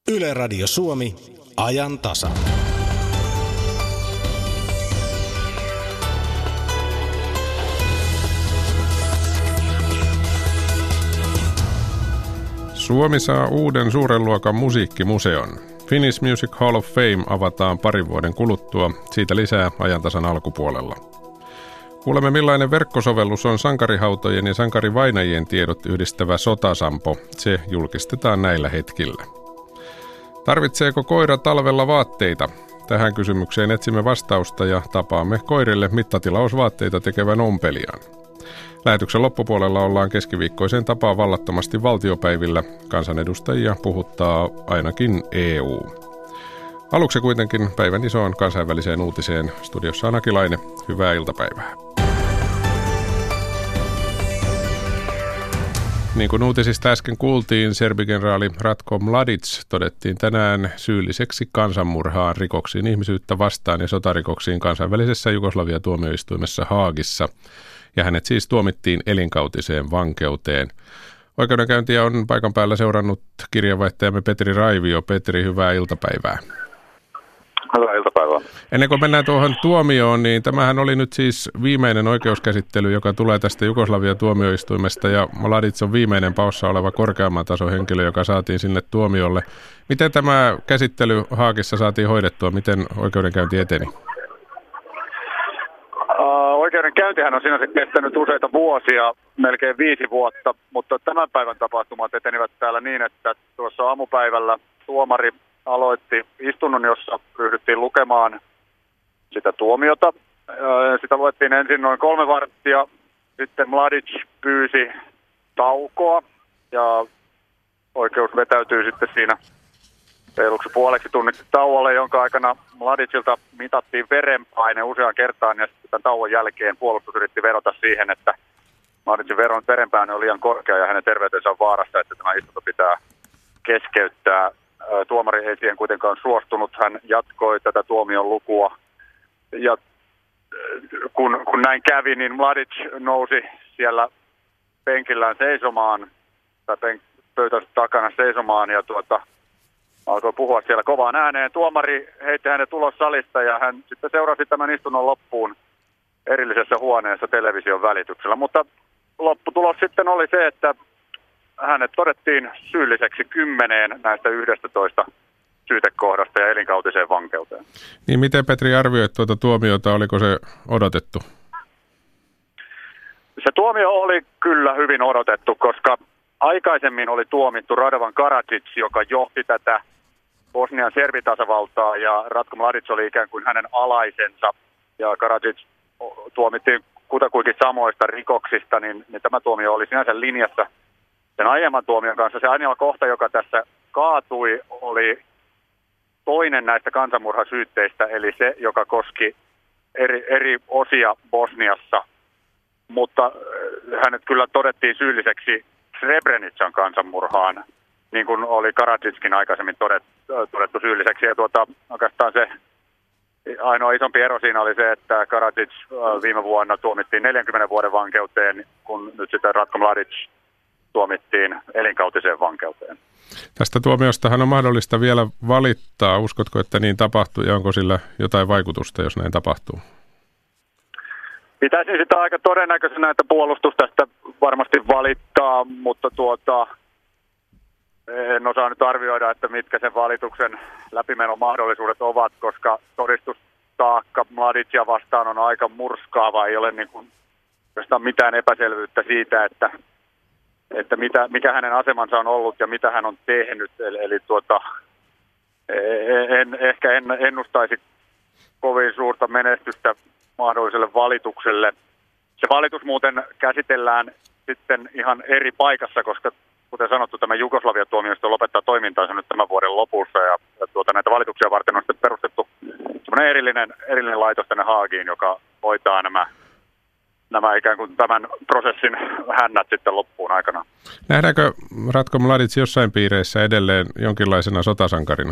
Yle Radio Suomi, ajan tasa. Suomi saa uuden suuren luokan musiikkimuseon. Finnish Music Hall of Fame avataan parin vuoden kuluttua. Siitä lisää ajantasan alkupuolella. Kuulemme millainen verkkosovellus on sankarihautojen ja sankarivainajien tiedot yhdistävä Sotasampo. Se julkistetaan näillä hetkillä. Tarvitseeko koira talvella vaatteita? Tähän kysymykseen etsimme vastausta ja tapaamme koirille mittatilausvaatteita tekevän ompelijan. Lähetyksen loppupuolella ollaan keskiviikkoiseen tapaan vallattomasti valtiopäivillä. Kansanedustajia puhuttaa ainakin EU. Aluksi kuitenkin päivän isoon kansainväliseen uutiseen. Studiossa Ana Kilainen. Hyvää iltapäivää. Niin kuin uutisista äsken kuultiin, serbikenraali Ratko Mladic todettiin tänään syylliseksi kansanmurhaan, rikoksiin ihmisyyttä vastaan ja sotarikoksiin kansainvälisessä Jugoslavia-tuomioistuimessa Haagissa. Ja hänet siis tuomittiin elinkautiseen vankeuteen. Oikeudenkäyntiä on paikan päällä seurannut kirjeenvaihtajamme Petri Raivio. Petri, hyvää iltapäivää. Hyvää iltapäivää. Ennen kuin mennään tuohon tuomioon, niin tämähän oli nyt siis viimeinen oikeuskäsittely, joka tulee tästä Jugoslavia-tuomioistuimesta, ja Mladic on viimeinen paossa oleva korkeamman tason henkilö, joka saatiin sinne tuomiolle. Miten tämä käsittely Haagissa saatiin hoidettua? Miten oikeudenkäynti eteni? Oikeudenkäyntihän on sinänsä kestänyt useita vuosia, melkein 5 vuotta, mutta tämän päivän tapahtumat etenivät täällä niin, että tuossa aamupäivällä tuomari aloitti istunnon, jossa ryhdyttiin lukemaan sitä tuomiota. Sitä luettiin ensin noin 3 varttia, sitten Mladic pyysi taukoa ja oikeus vetäytyi sitten siinä reiluksi puoleksi tunniksi tauolle, jonka aikana Mladicilta mitattiin verenpaine useaan kertaan ja sitten tämän tauon jälkeen puolustus yritti vedota siihen, että Mladicin verenpaine on liian korkea ja hänen terveytensä on vaarassa, että tämä istunto pitää keskeyttää. Tuomari ei siihen kuitenkaan suostunut, hän jatkoi tätä tuomion lukua ja kun näin kävi, niin Mladic nousi siellä penkillään seisomaan tai pöytänsä takana seisomaan ja alkoi puhua siellä kovaan ääneen. Tuomari heitti hänet ulos salista ja hän sitten seurasi tämän istunnon loppuun erillisessä huoneessa television välityksellä. Mutta lopputulos sitten oli se, että hänet todettiin syylliseksi 10 näistä 11 syytekohdasta ja elinkautiseen vankeuteen. Niin miten Petri arvioit tuota tuomiota, oliko se odotettu? Se tuomio oli kyllä hyvin odotettu, koska aikaisemmin oli tuomittu Radovan Karadzic, joka johti tätä Bosnian servitasavaltaa ja Ratko Mladic oli ikään kuin hänen alaisensa ja Karadzic tuomittiin kutakuinkin samoista rikoksista, niin tämä tuomio oli sinänsä linjassa sen aiemman tuomion kanssa. Se ainoa kohta, joka tässä kaatui, oli toinen näistä kansanmurhasyytteistä, eli se, joka koski eri osia Bosniassa, mutta hänet kyllä todettiin syylliseksi Srebrenican kansanmurhaan, niin kuin oli Karadzickin aikaisemmin todettu syylliseksi. Ja oikeastaan se ainoa isompi ero siinä oli se, että Karadzic viime vuonna tuomittiin 40 vuoden vankeuteen, kun nyt sitten Ratko Mladic tuomittiin elinkautiseen vankeuteen. Tästä tuomiostahan on mahdollista vielä valittaa. Uskotko, että niin tapahtuu ja onko sillä jotain vaikutusta, jos näin tapahtuu? Pitäisin sitä aika todennäköisenä, että puolustus tästä varmasti valittaa, mutta en osaa nyt arvioida, että mitkä sen valituksen läpimenon mahdollisuudet ovat, koska todistustaakka Mladicia vastaan on aika murskaava. Ei ole niin kuin mitään epäselvyyttä siitä, että mikä hänen asemansa on ollut ja mitä hän on tehnyt. Eli en ennustaisi kovin suurta menestystä mahdolliselle valitukselle. Se valitus muuten käsitellään sitten ihan eri paikassa, koska kuten sanottu, tämä Jugoslavia-tuomioistuin lopettaa toimintaansa nyt tämän vuoden lopussa ja näitä valituksia varten on sitten perustettu semmoinen erillinen laitos tänne Haagiin, joka hoitaa nämä ikään kuin tämän prosessin hännät sitten loppuun aikana. Nähdäänkö Ratko Mladic jossain piireissä edelleen jonkinlaisena sotasankarina?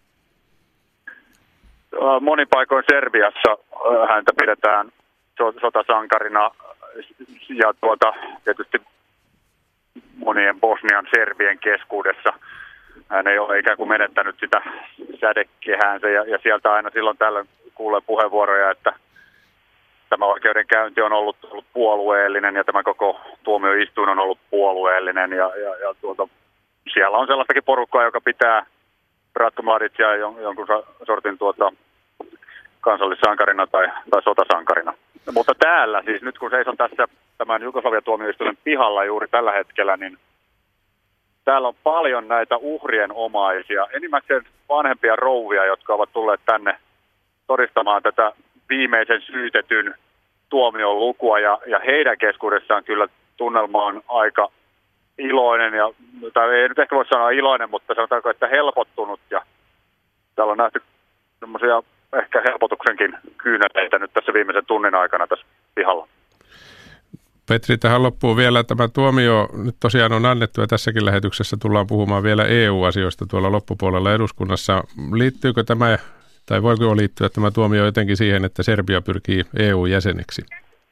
Monin paikoin Serbiassa häntä pidetään sotasankarina ja tietysti monien Bosnian serbien keskuudessa hän ei ole ikään kuin menettänyt sitä sädekehäänsä ja sieltä aina silloin tällöin kuulee puheenvuoroja, että tämä oikeudenkäynti on ollut puolueellinen ja tämä koko tuomioistuin on ollut puolueellinen ja siellä on sellaistakin porukkaa, joka pitää Ratko Mladicia jonkun sortin kansallissankarina tai sotasankarina. Mutta täällä, siis nyt kun seison tässä tämän Jugoslavia-tuomioistuimen pihalla juuri tällä hetkellä, niin täällä on paljon näitä uhrien omaisia, enimmäkseen vanhempia rouvia, jotka ovat tulleet tänne todistamaan tätä viimeisen syytetyn tuomion lukua, ja heidän keskuudessaan kyllä tunnelma on aika iloinen, tai ei nyt ehkä voi sanoa iloinen, mutta sanotaanko, että helpottunut, ja täällä on nähty semmoisia ehkä helpotuksenkin kyyneleitä nyt tässä viimeisen tunnin aikana tässä pihalla. Petri, tähän loppuu vielä tämä tuomio. Nyt tosiaan on annettu ja tässäkin lähetyksessä tullaan puhumaan vielä EU-asioista tuolla loppupuolella eduskunnassa. Liittyykö tämä, tai voiko liittyä tämä tuomio jotenkin siihen, että Serbia pyrkii EU-jäseneksi?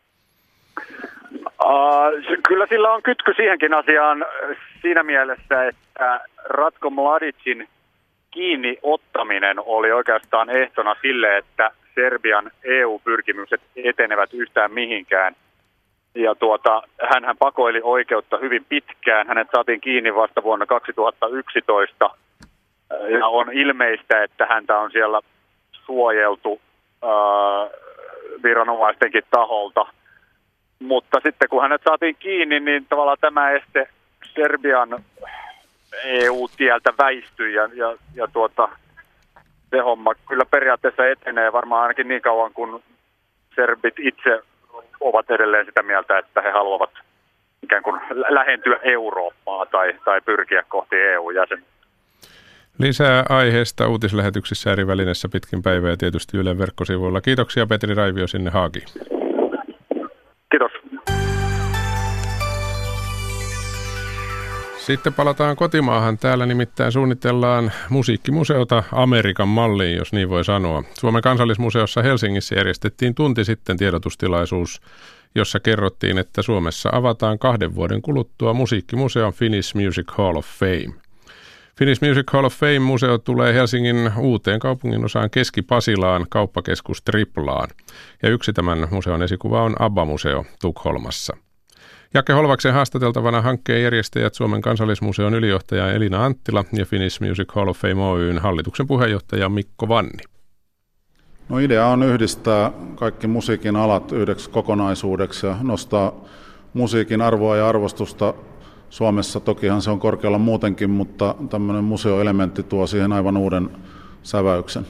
Kyllä sillä on kytky siihenkin asiaan siinä mielessä, että Ratko Mladicin kiinni ottaminen oli oikeastaan ehtona sille, että Serbian EU-pyrkimykset etenevät yhtään mihinkään. Ja hänhän pakoili oikeutta hyvin pitkään. Hänet saatiin kiinni vasta vuonna 2011. Ja on ilmeistä, että häntä on siellä suojeltu viranomaistenkin taholta. Mutta sitten kun hänet saatiin kiinni, niin tavallaan tämä este Serbian EU-tieltä väistyi ja se homma kyllä periaatteessa etenee varmaan ainakin niin kauan, kun serbit itse ovat edelleen sitä mieltä, että he haluavat ikään kuin lähentyä Eurooppaa tai pyrkiä kohti EU-jäsenyyttä. Lisää aiheesta uutislähetyksissä eri välineissä pitkin päivää ja tietysti Ylen verkkosivuilla. Kiitoksia Petri Raivio sinne Haagiin. Kiitos. Sitten palataan kotimaahan. Täällä nimittäin suunnitellaan musiikkimuseota Amerikan malliin, jos niin voi sanoa. Suomen kansallismuseossa Helsingissä järjestettiin tunti sitten tiedotustilaisuus, jossa kerrottiin, että Suomessa avataan 2 vuoden kuluttua musiikkimuseon Finnish Music Hall of Fame. Finnish Music Hall of Fame-museo tulee Helsingin uuteen kaupunginosaan Keski-Pasilaan, kauppakeskus Triplaan. Ja yksi tämän museon esikuva on ABBA-museo Tukholmassa. Jake Holvaksen haastateltavana hankkeen järjestäjät Suomen kansallismuseon ylijohtaja Elina Anttila ja Finnish Music Hall of Fame Oyn hallituksen puheenjohtaja Mikko Vanni. No idea on yhdistää kaikki musiikin alat yhdeksi kokonaisuudeksi ja nostaa musiikin arvoa ja arvostusta Suomessa. Tokihan se on korkealla muutenkin, mutta tämmöinen museoelementti tuo siihen aivan uuden säväyksen.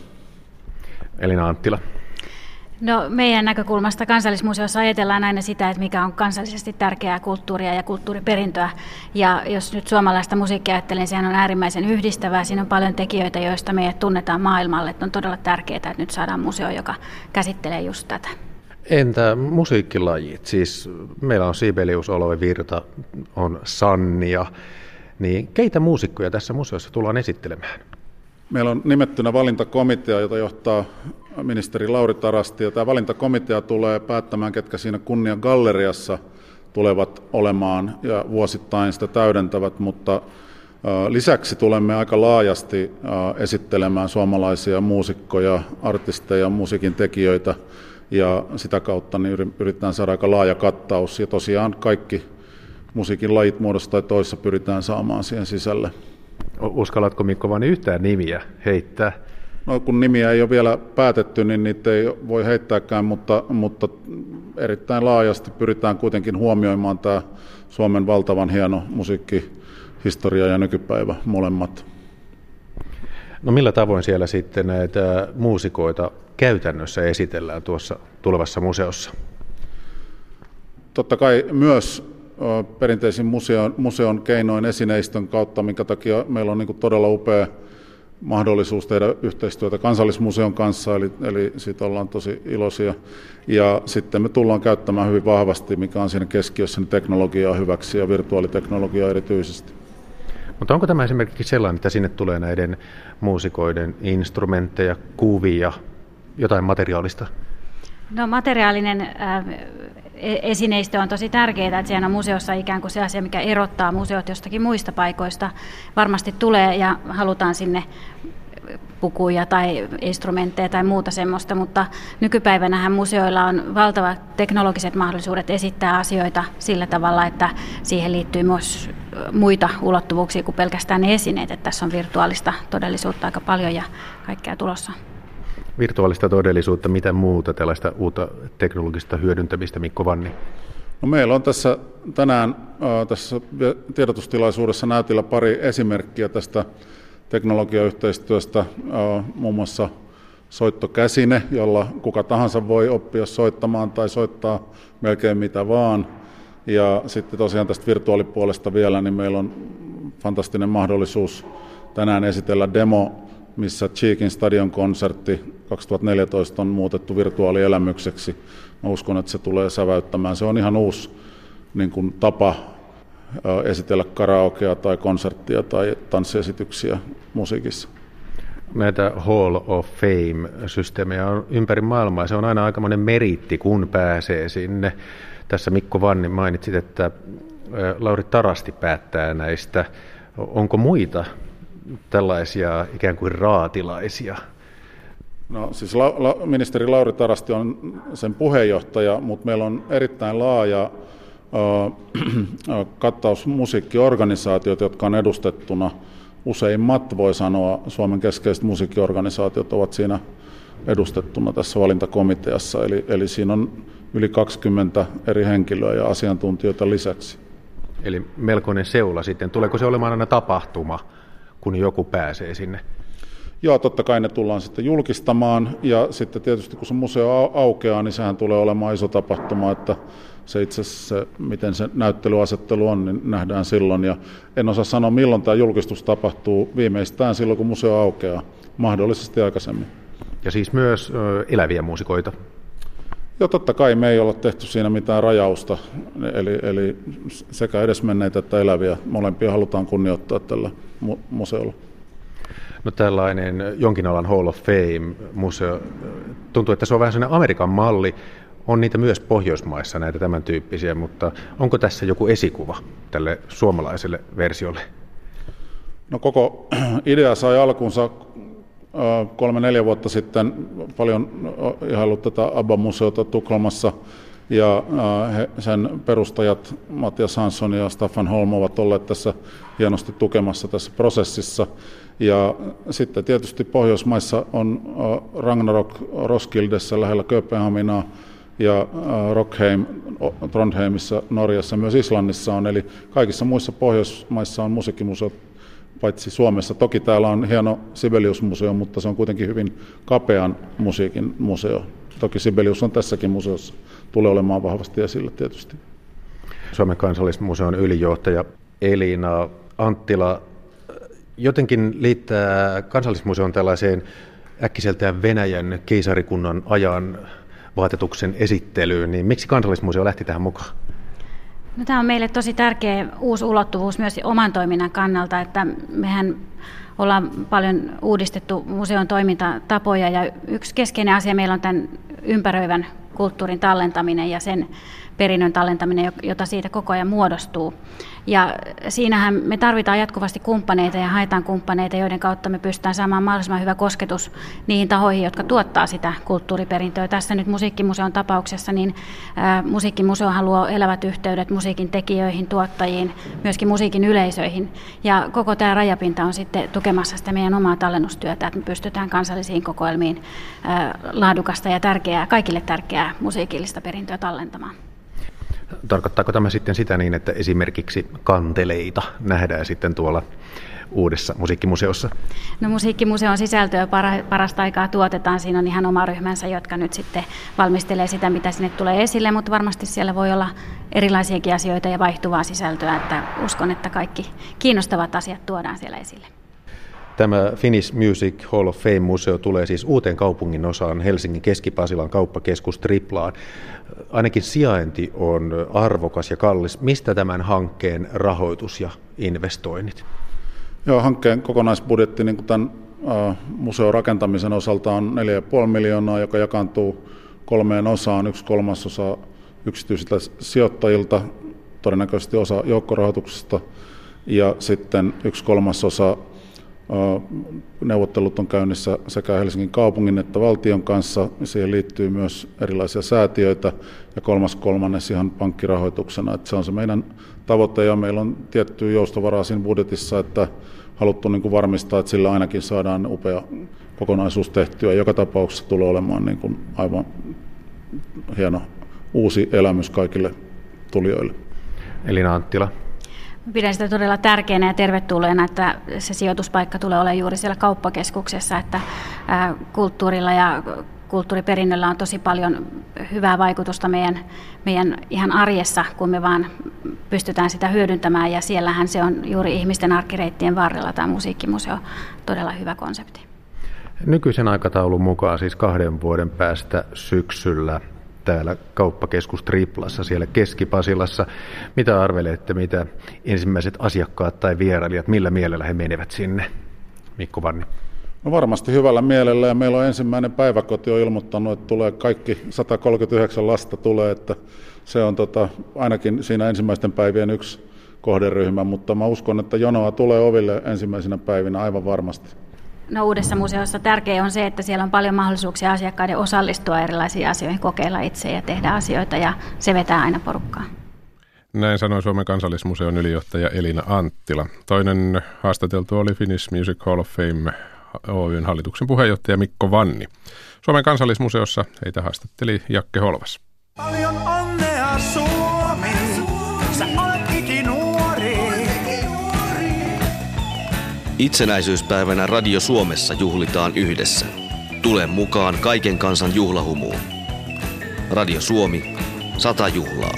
Elina Anttila. No, meidän näkökulmasta Kansallismuseossa ajatellaan aina sitä, että mikä on kansallisesti tärkeää kulttuuria ja kulttuuriperintöä. Ja jos nyt suomalaista musiikkia ajattelen, niin sehän on äärimmäisen yhdistävää. Siinä on paljon tekijöitä, joista meidät tunnetaan maailmalle. Että on todella tärkeää, että nyt saadaan museo, joka käsittelee just tätä. Entä musiikkilajit? Siis meillä on Sibelius, Olavi Virta, on Sannia. Niin keitä muusikkoja tässä museossa tullaan esittelemään? Meillä on nimettynä valintakomitea, jota johtaa ministeri Lauri Tarasti. Ja tämä valintakomitea tulee päättämään, ketkä siinä kunniagalleriassa tulevat olemaan ja vuosittain sitä täydentävät, mutta lisäksi tulemme aika laajasti esittelemään suomalaisia muusikkoja, artisteja, musiikin tekijöitä ja sitä kautta niin yritetään saada aika laaja kattaus ja tosiaan kaikki musiikin lajit muodossa tai toisessa pyritään saamaan siihen sisälle. Uskallatko Mikko Vanni yhtään nimiä heittää? No kun nimiä ei ole vielä päätetty, niin niitä ei voi heittääkään, mutta erittäin laajasti pyritään kuitenkin huomioimaan tämä Suomen valtavan hieno musiikkihistoria ja nykypäivä molemmat. No millä tavoin siellä sitten näitä muusikoita käytännössä esitellään tuossa tulevassa museossa? Totta kai myös perinteisin museon keinoin esineistön kautta, minkä takia meillä on niin kuin todella upea mahdollisuus tehdä yhteistyötä Kansallismuseon kanssa, eli siitä ollaan tosi iloisia. Ja sitten me tullaan käyttämään hyvin vahvasti, mikä on siinä keskiössä, niin teknologiaa hyväksi ja virtuaaliteknologiaa erityisesti. Mutta onko tämä esimerkiksi sellainen, että sinne tulee näiden muusikoiden instrumentteja, kuvia, jotain materiaalista? No materiaalinen esineistö on tosi tärkeää, että siellä on museossa ikään kuin se asia, mikä erottaa museot jostakin muista paikoista. Varmasti tulee ja halutaan sinne pukuja tai instrumentteja tai muuta semmoista, mutta nykypäivänähän museoilla on valtavat teknologiset mahdollisuudet esittää asioita sillä tavalla, että siihen liittyy myös muita ulottuvuuksia kuin pelkästään ne esineet, että tässä on virtuaalista todellisuutta aika paljon ja kaikkea tulossa. Virtuaalista todellisuutta, mitä muuta tällaista uutta teknologista hyödyntämistä, Mikko Vanni? No, meillä on tässä tänään tässä tiedotustilaisuudessa näytillä pari esimerkkiä tästä teknologiayhteistyöstä, muun muassa soittokäsine, jolla kuka tahansa voi oppia soittamaan tai soittaa melkein mitä vaan. Ja sitten tosiaan tästä virtuaalipuolesta vielä, niin meillä on fantastinen mahdollisuus tänään esitellä demo, missä Cheekin stadionkonsertti 2014 on muutettu virtuaalielämykseksi. Mä uskon, että se tulee säväyttämään. Se on ihan uusi niin kuin tapa esitellä karaokea tai konserttia tai tanssiesityksiä musiikissa. Näitä Hall of Fame-systeemejä on ympäri maailmaa. Se on aina aikamoinen meriitti, kun pääsee sinne. Tässä Mikko Vanni mainitsit, että Lauri Tarasti päättää näistä. Onko muita tällaisia ikään kuin raatilaisia? No siis ministeri Lauri Tarasti on sen puheenjohtaja, mutta meillä on erittäin laaja kattaus musiikkiorganisaatiot, jotka on edustettuna. Useimmat, voi sanoa, Suomen keskeiset musiikkiorganisaatiot ovat siinä edustettuna tässä valintakomiteassa, eli siinä on yli 20 eri henkilöä ja asiantuntijoita lisäksi. Eli melkoinen seula sitten. Tuleeko se olemaan aina tapahtuma, kun joku pääsee sinne? Joo, totta kai ne tullaan sitten julkistamaan, ja sitten tietysti kun se museo aukeaa, niin sehän tulee olemaan iso tapahtuma, että se itse asiassa, miten se näyttelyasettelu on, niin nähdään silloin, ja en osaa sanoa, milloin tämä julkistus tapahtuu, viimeistään silloin, kun museo aukeaa, mahdollisesti aikaisemmin. Ja siis myös eläviä muusikoita? Joo, totta kai me ei olla tehty siinä mitään rajausta, eli sekä edesmenneitä että eläviä, molempia halutaan kunnioittaa tällä museolla. No tällainen jonkin alan Hall of Fame-museo, tuntuu, että se on vähän sellainen Amerikan malli. On niitä myös Pohjoismaissa, näitä tämän tyyppisiä, mutta onko tässä joku esikuva tälle suomalaiselle versiolle? No koko idea sai alkunsa 3-4 vuotta sitten, paljon ihaillut tätä ABBA-museota Tukholmassa, ja sen perustajat Mattias Hansson ja Staffan Holm ovat olleet tässä hienosti tukemassa tässä prosessissa. Ja sitten tietysti Pohjoismaissa on Ragnarok Roskildessa lähellä Kööpenhaminaa ja Rockheim Trondheimissa Norjassa, myös Islannissa on, eli kaikissa muissa Pohjoismaissa on musiikkimuseot, paitsi Suomessa. Toki täällä on hieno Sibelius-museo, mutta se on kuitenkin hyvin kapean musiikin museo. Toki Sibelius on tässäkin museossa, tulee olemaan vahvasti esillä tietysti. Suomen kansallismuseon ylijohtaja Elina Anttila jotenkin liittää kansallismuseon tällaiseen äkkiseltään Venäjän keisarikunnan ajan vaatetuksen esittelyyn, niin miksi kansallismuseo lähti tähän mukaan? No, tämä on meille tosi tärkeä uusi ulottuvuus myös oman toiminnan kannalta, että mehän ollaan paljon uudistettu museon toimintatapoja ja yksi keskeinen asia meillä on tämän ympäröivän kulttuurin tallentaminen ja sen perinnön tallentaminen, jota siitä koko ajan muodostuu. Ja siinähän me tarvitaan jatkuvasti kumppaneita ja haetaan kumppaneita, joiden kautta me pystytään saamaan mahdollisimman hyvä kosketus niihin tahoihin, jotka tuottaa sitä kulttuuriperintöä. Tässä nyt Musiikkimuseon tapauksessa, niin Musiikkimuseo haluaa elävät yhteydet musiikin tekijöihin, tuottajiin, myöskin musiikin yleisöihin. Ja koko tämä rajapinta on sitten tukemassa sitä meidän omaa tallennustyötä, että me pystytään kansallisiin kokoelmiin laadukasta ja kaikille tärkeää musiikillista perintöä tallentamaan. Tarkoittaako tämä sitten sitä niin, että esimerkiksi kanteleita nähdään sitten tuolla uudessa Musiikkimuseossa? No, Musiikkimuseon sisältöä parasta aikaa tuotetaan. Siinä on ihan oma ryhmänsä, jotka nyt sitten valmistelee sitä, mitä sinne tulee esille, mutta varmasti siellä voi olla erilaisiakin asioita ja vaihtuvaa sisältöä, että uskon, että kaikki kiinnostavat asiat tuodaan siellä esille. Tämä Finnish Music Hall of Fame-museo tulee siis uuteen kaupungin osaan Helsingin Keski-Pasilan kauppakeskus Triplaan. Ainakin sijainti on arvokas ja kallis. Mistä tämän hankkeen rahoitus ja investoinnit? Joo, hankkeen kokonaisbudjetti niin kuin tämän museon rakentamisen osalta on 4,5 miljoonaa, joka jakaantuu 3 osaan, 1/3 yksityisiltä sijoittajilta, todennäköisesti osa joukkorahoituksesta, ja sitten 1/3 neuvottelut on käynnissä sekä Helsingin kaupungin että valtion kanssa. Siihen liittyy myös erilaisia säätiöitä ja 3/3 ihan pankkirahoituksena. Että se on se meidän tavoite ja meillä on tiettyä joustovaraa siinä budjetissa, että haluttu niin kuin varmistaa, että sillä ainakin saadaan upea kokonaisuus tehtyä. Joka tapauksessa tulee olemaan niin kuin aivan hieno uusi elämys kaikille tulijoille. Elina Anttila. Pidän sitä todella tärkeänä ja tervetulleena, että se sijoituspaikka tulee olemaan juuri siellä kauppakeskuksessa, että kulttuurilla ja kulttuuriperinnöllä on tosi paljon hyvää vaikutusta meidän ihan arjessa, kun me vaan pystytään sitä hyödyntämään, ja siellähän se on juuri ihmisten arkireittien varrella tämä musiikkimuseo, todella hyvä konsepti. Nykyisen aikataulun mukaan siis 2 vuoden päästä syksyllä täällä kauppakeskus Triplassa siellä Keski-Pasilassa. Mitä arvelette, mitä ensimmäiset asiakkaat tai vierailijat, millä mielellä he menevät sinne? Mikko Vanni. No varmasti hyvällä mielellä, ja meillä on ensimmäinen päiväkoti on ilmoittanut, että tulee kaikki 139 lasta tulee, että se on ainakin siinä ensimmäisten päivien yksi kohderyhmä, mutta mä uskon, että jonoa tulee oville ensimmäisenä päivinä aivan varmasti. No, uudessa museossa tärkeää on se, että siellä on paljon mahdollisuuksia asiakkaiden osallistua erilaisiin asioihin, kokeilla itse ja tehdä asioita, ja se vetää aina porukkaa. Näin sanoi Suomen kansallismuseon ylijohtaja Elina Anttila. Toinen haastateltu oli Finnish Music Hall of Fame Oyn hallituksen puheenjohtaja Mikko Vanni. Suomen kansallismuseossa heitä haastatteli Jakke Holvas. Paljon onnea Suomi, sä olet ikinuori. Itsenäisyyspäivänä Radio Suomessa juhlitaan yhdessä. Tule mukaan kaiken kansan juhlahumuun. Radio Suomi, 100 juhlaa.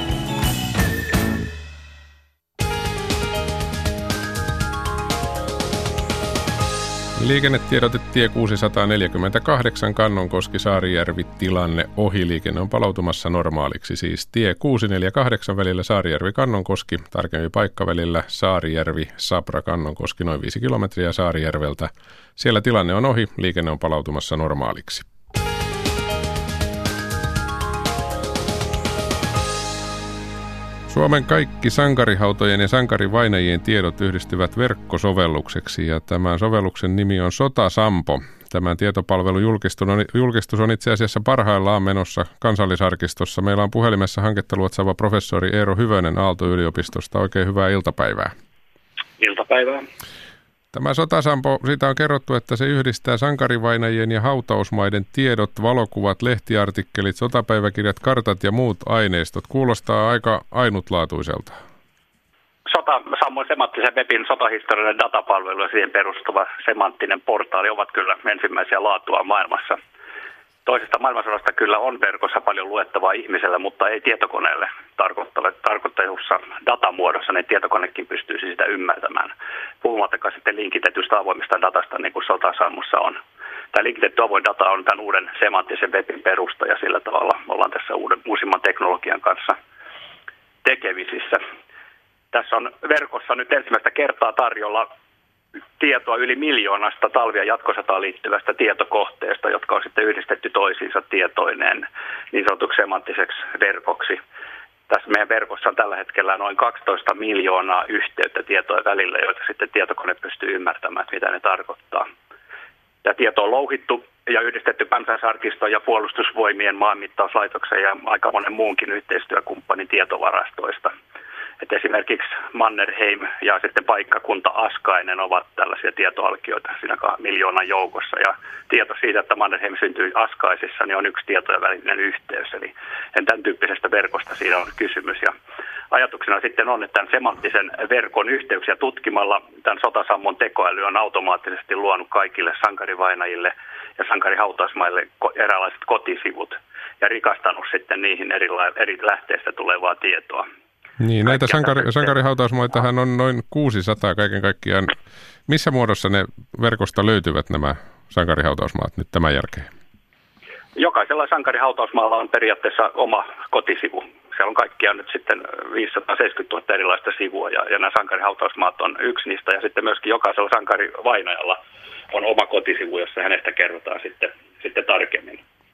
Liikennetiedote tie 648 Kannonkoski-Saarijärvi tilanne ohi. Liikenne on palautumassa normaaliksi. Siis tie 648 välillä Saarijärvi-Kannonkoski, tarkemmin paikka välillä Saarijärvi-Sapra-Kannonkoski noin 5 kilometriä Saarijärveltä. Siellä tilanne on ohi, liikenne on palautumassa normaaliksi. Suomen kaikki sankarihautojen ja sankarivainajien tiedot yhdistyvät verkkosovellukseksi, ja tämän sovelluksen nimi on Sotasampo. Tämän tietopalvelun julkistus on itse asiassa parhaillaan menossa Kansallisarkistossa. Meillä on puhelimessa hanketta luotsaava professori Eero Hyvönen Aalto-yliopistosta. Oikein hyvää iltapäivää. Iltapäivää. Tämä Sotasampo, siitä on kerrottu, että se yhdistää sankarivainajien ja hautausmaiden tiedot, valokuvat, lehtiartikkelit, sotapäiväkirjat, kartat ja muut aineistot. Kuulostaa aika ainutlaatuiselta. Samoin semanttisen webin sotahistoriallinen datapalvelu ja siihen perustuva semanttinen portaali ovat kyllä ensimmäisiä laatua maailmassa. Toisesta maailmansodasta kyllä on verkossa paljon luettavaa ihmisellä, mutta ei tietokoneelle tarkoittelussa datamuodossa, niin tietokonekin pystyisi sitä ymmärtämään. Puhumattakaan sitten linkitetystä avoimesta datasta, niin kuin Sotasammossa on. Tämä linkitetty avoin data on tämän uuden semanttisen webin perusta, ja sillä tavalla ollaan tässä uusimman teknologian kanssa tekemisissä. Tässä on verkossa nyt ensimmäistä kertaa tarjolla tietoa yli 1 miljoonasta talvi- ja jatkosotaan liittyvästä tietokohteesta, jotka on sitten yhdistetty toisiinsa tietoineen niin sanotuksi semanttiseksi verkoksi. Tässä meidän verkossa on tällä hetkellä noin 12 miljoonaa yhteyttä tietoja välillä, joita sitten tietokone pystyy ymmärtämään, mitä ne tarkoittaa. Tämä tieto on louhittu ja yhdistetty Kansallisarkiston ja Puolustusvoimien maanmittauslaitoksen ja aika monen muunkin yhteistyökumppanin tietovarastoista. Et esimerkiksi Mannerheim ja sitten paikkakunta Askainen ovat tällaisia tietoalkioita siinä 1 miljoonan joukossa. Ja tieto siitä, että Mannerheim syntyi Askaisissa, niin on yksi tietojen välinen yhteys. Eli tämän tyyppisestä verkosta siinä on kysymys. Ja ajatuksena sitten on, että tämän semanttisen verkon yhteyksiä tutkimalla tämän Sotasammon tekoäly on automaattisesti luonut kaikille sankarivainajille ja sankarihautausmaille eräänlaiset kotisivut ja rikastanut sitten niihin eri lähteistä tulevaa tietoa. Niin, näitä sankarihautausmaitahan on noin 600 kaiken kaikkiaan. Missä muodossa ne verkosta löytyvät nämä sankarihautausmaat nyt tämän jälkeen? Jokaisella sankarihautausmaalla on periaatteessa oma kotisivu. Siellä on kaikkiaan nyt sitten 570 000 erilaista sivua ja nämä sankarihautausmaat on yksi niistä. Ja sitten myöskin jokaisella sankarivainajalla on oma kotisivu, jossa hänestä kerrotaan sitten tarkemmin.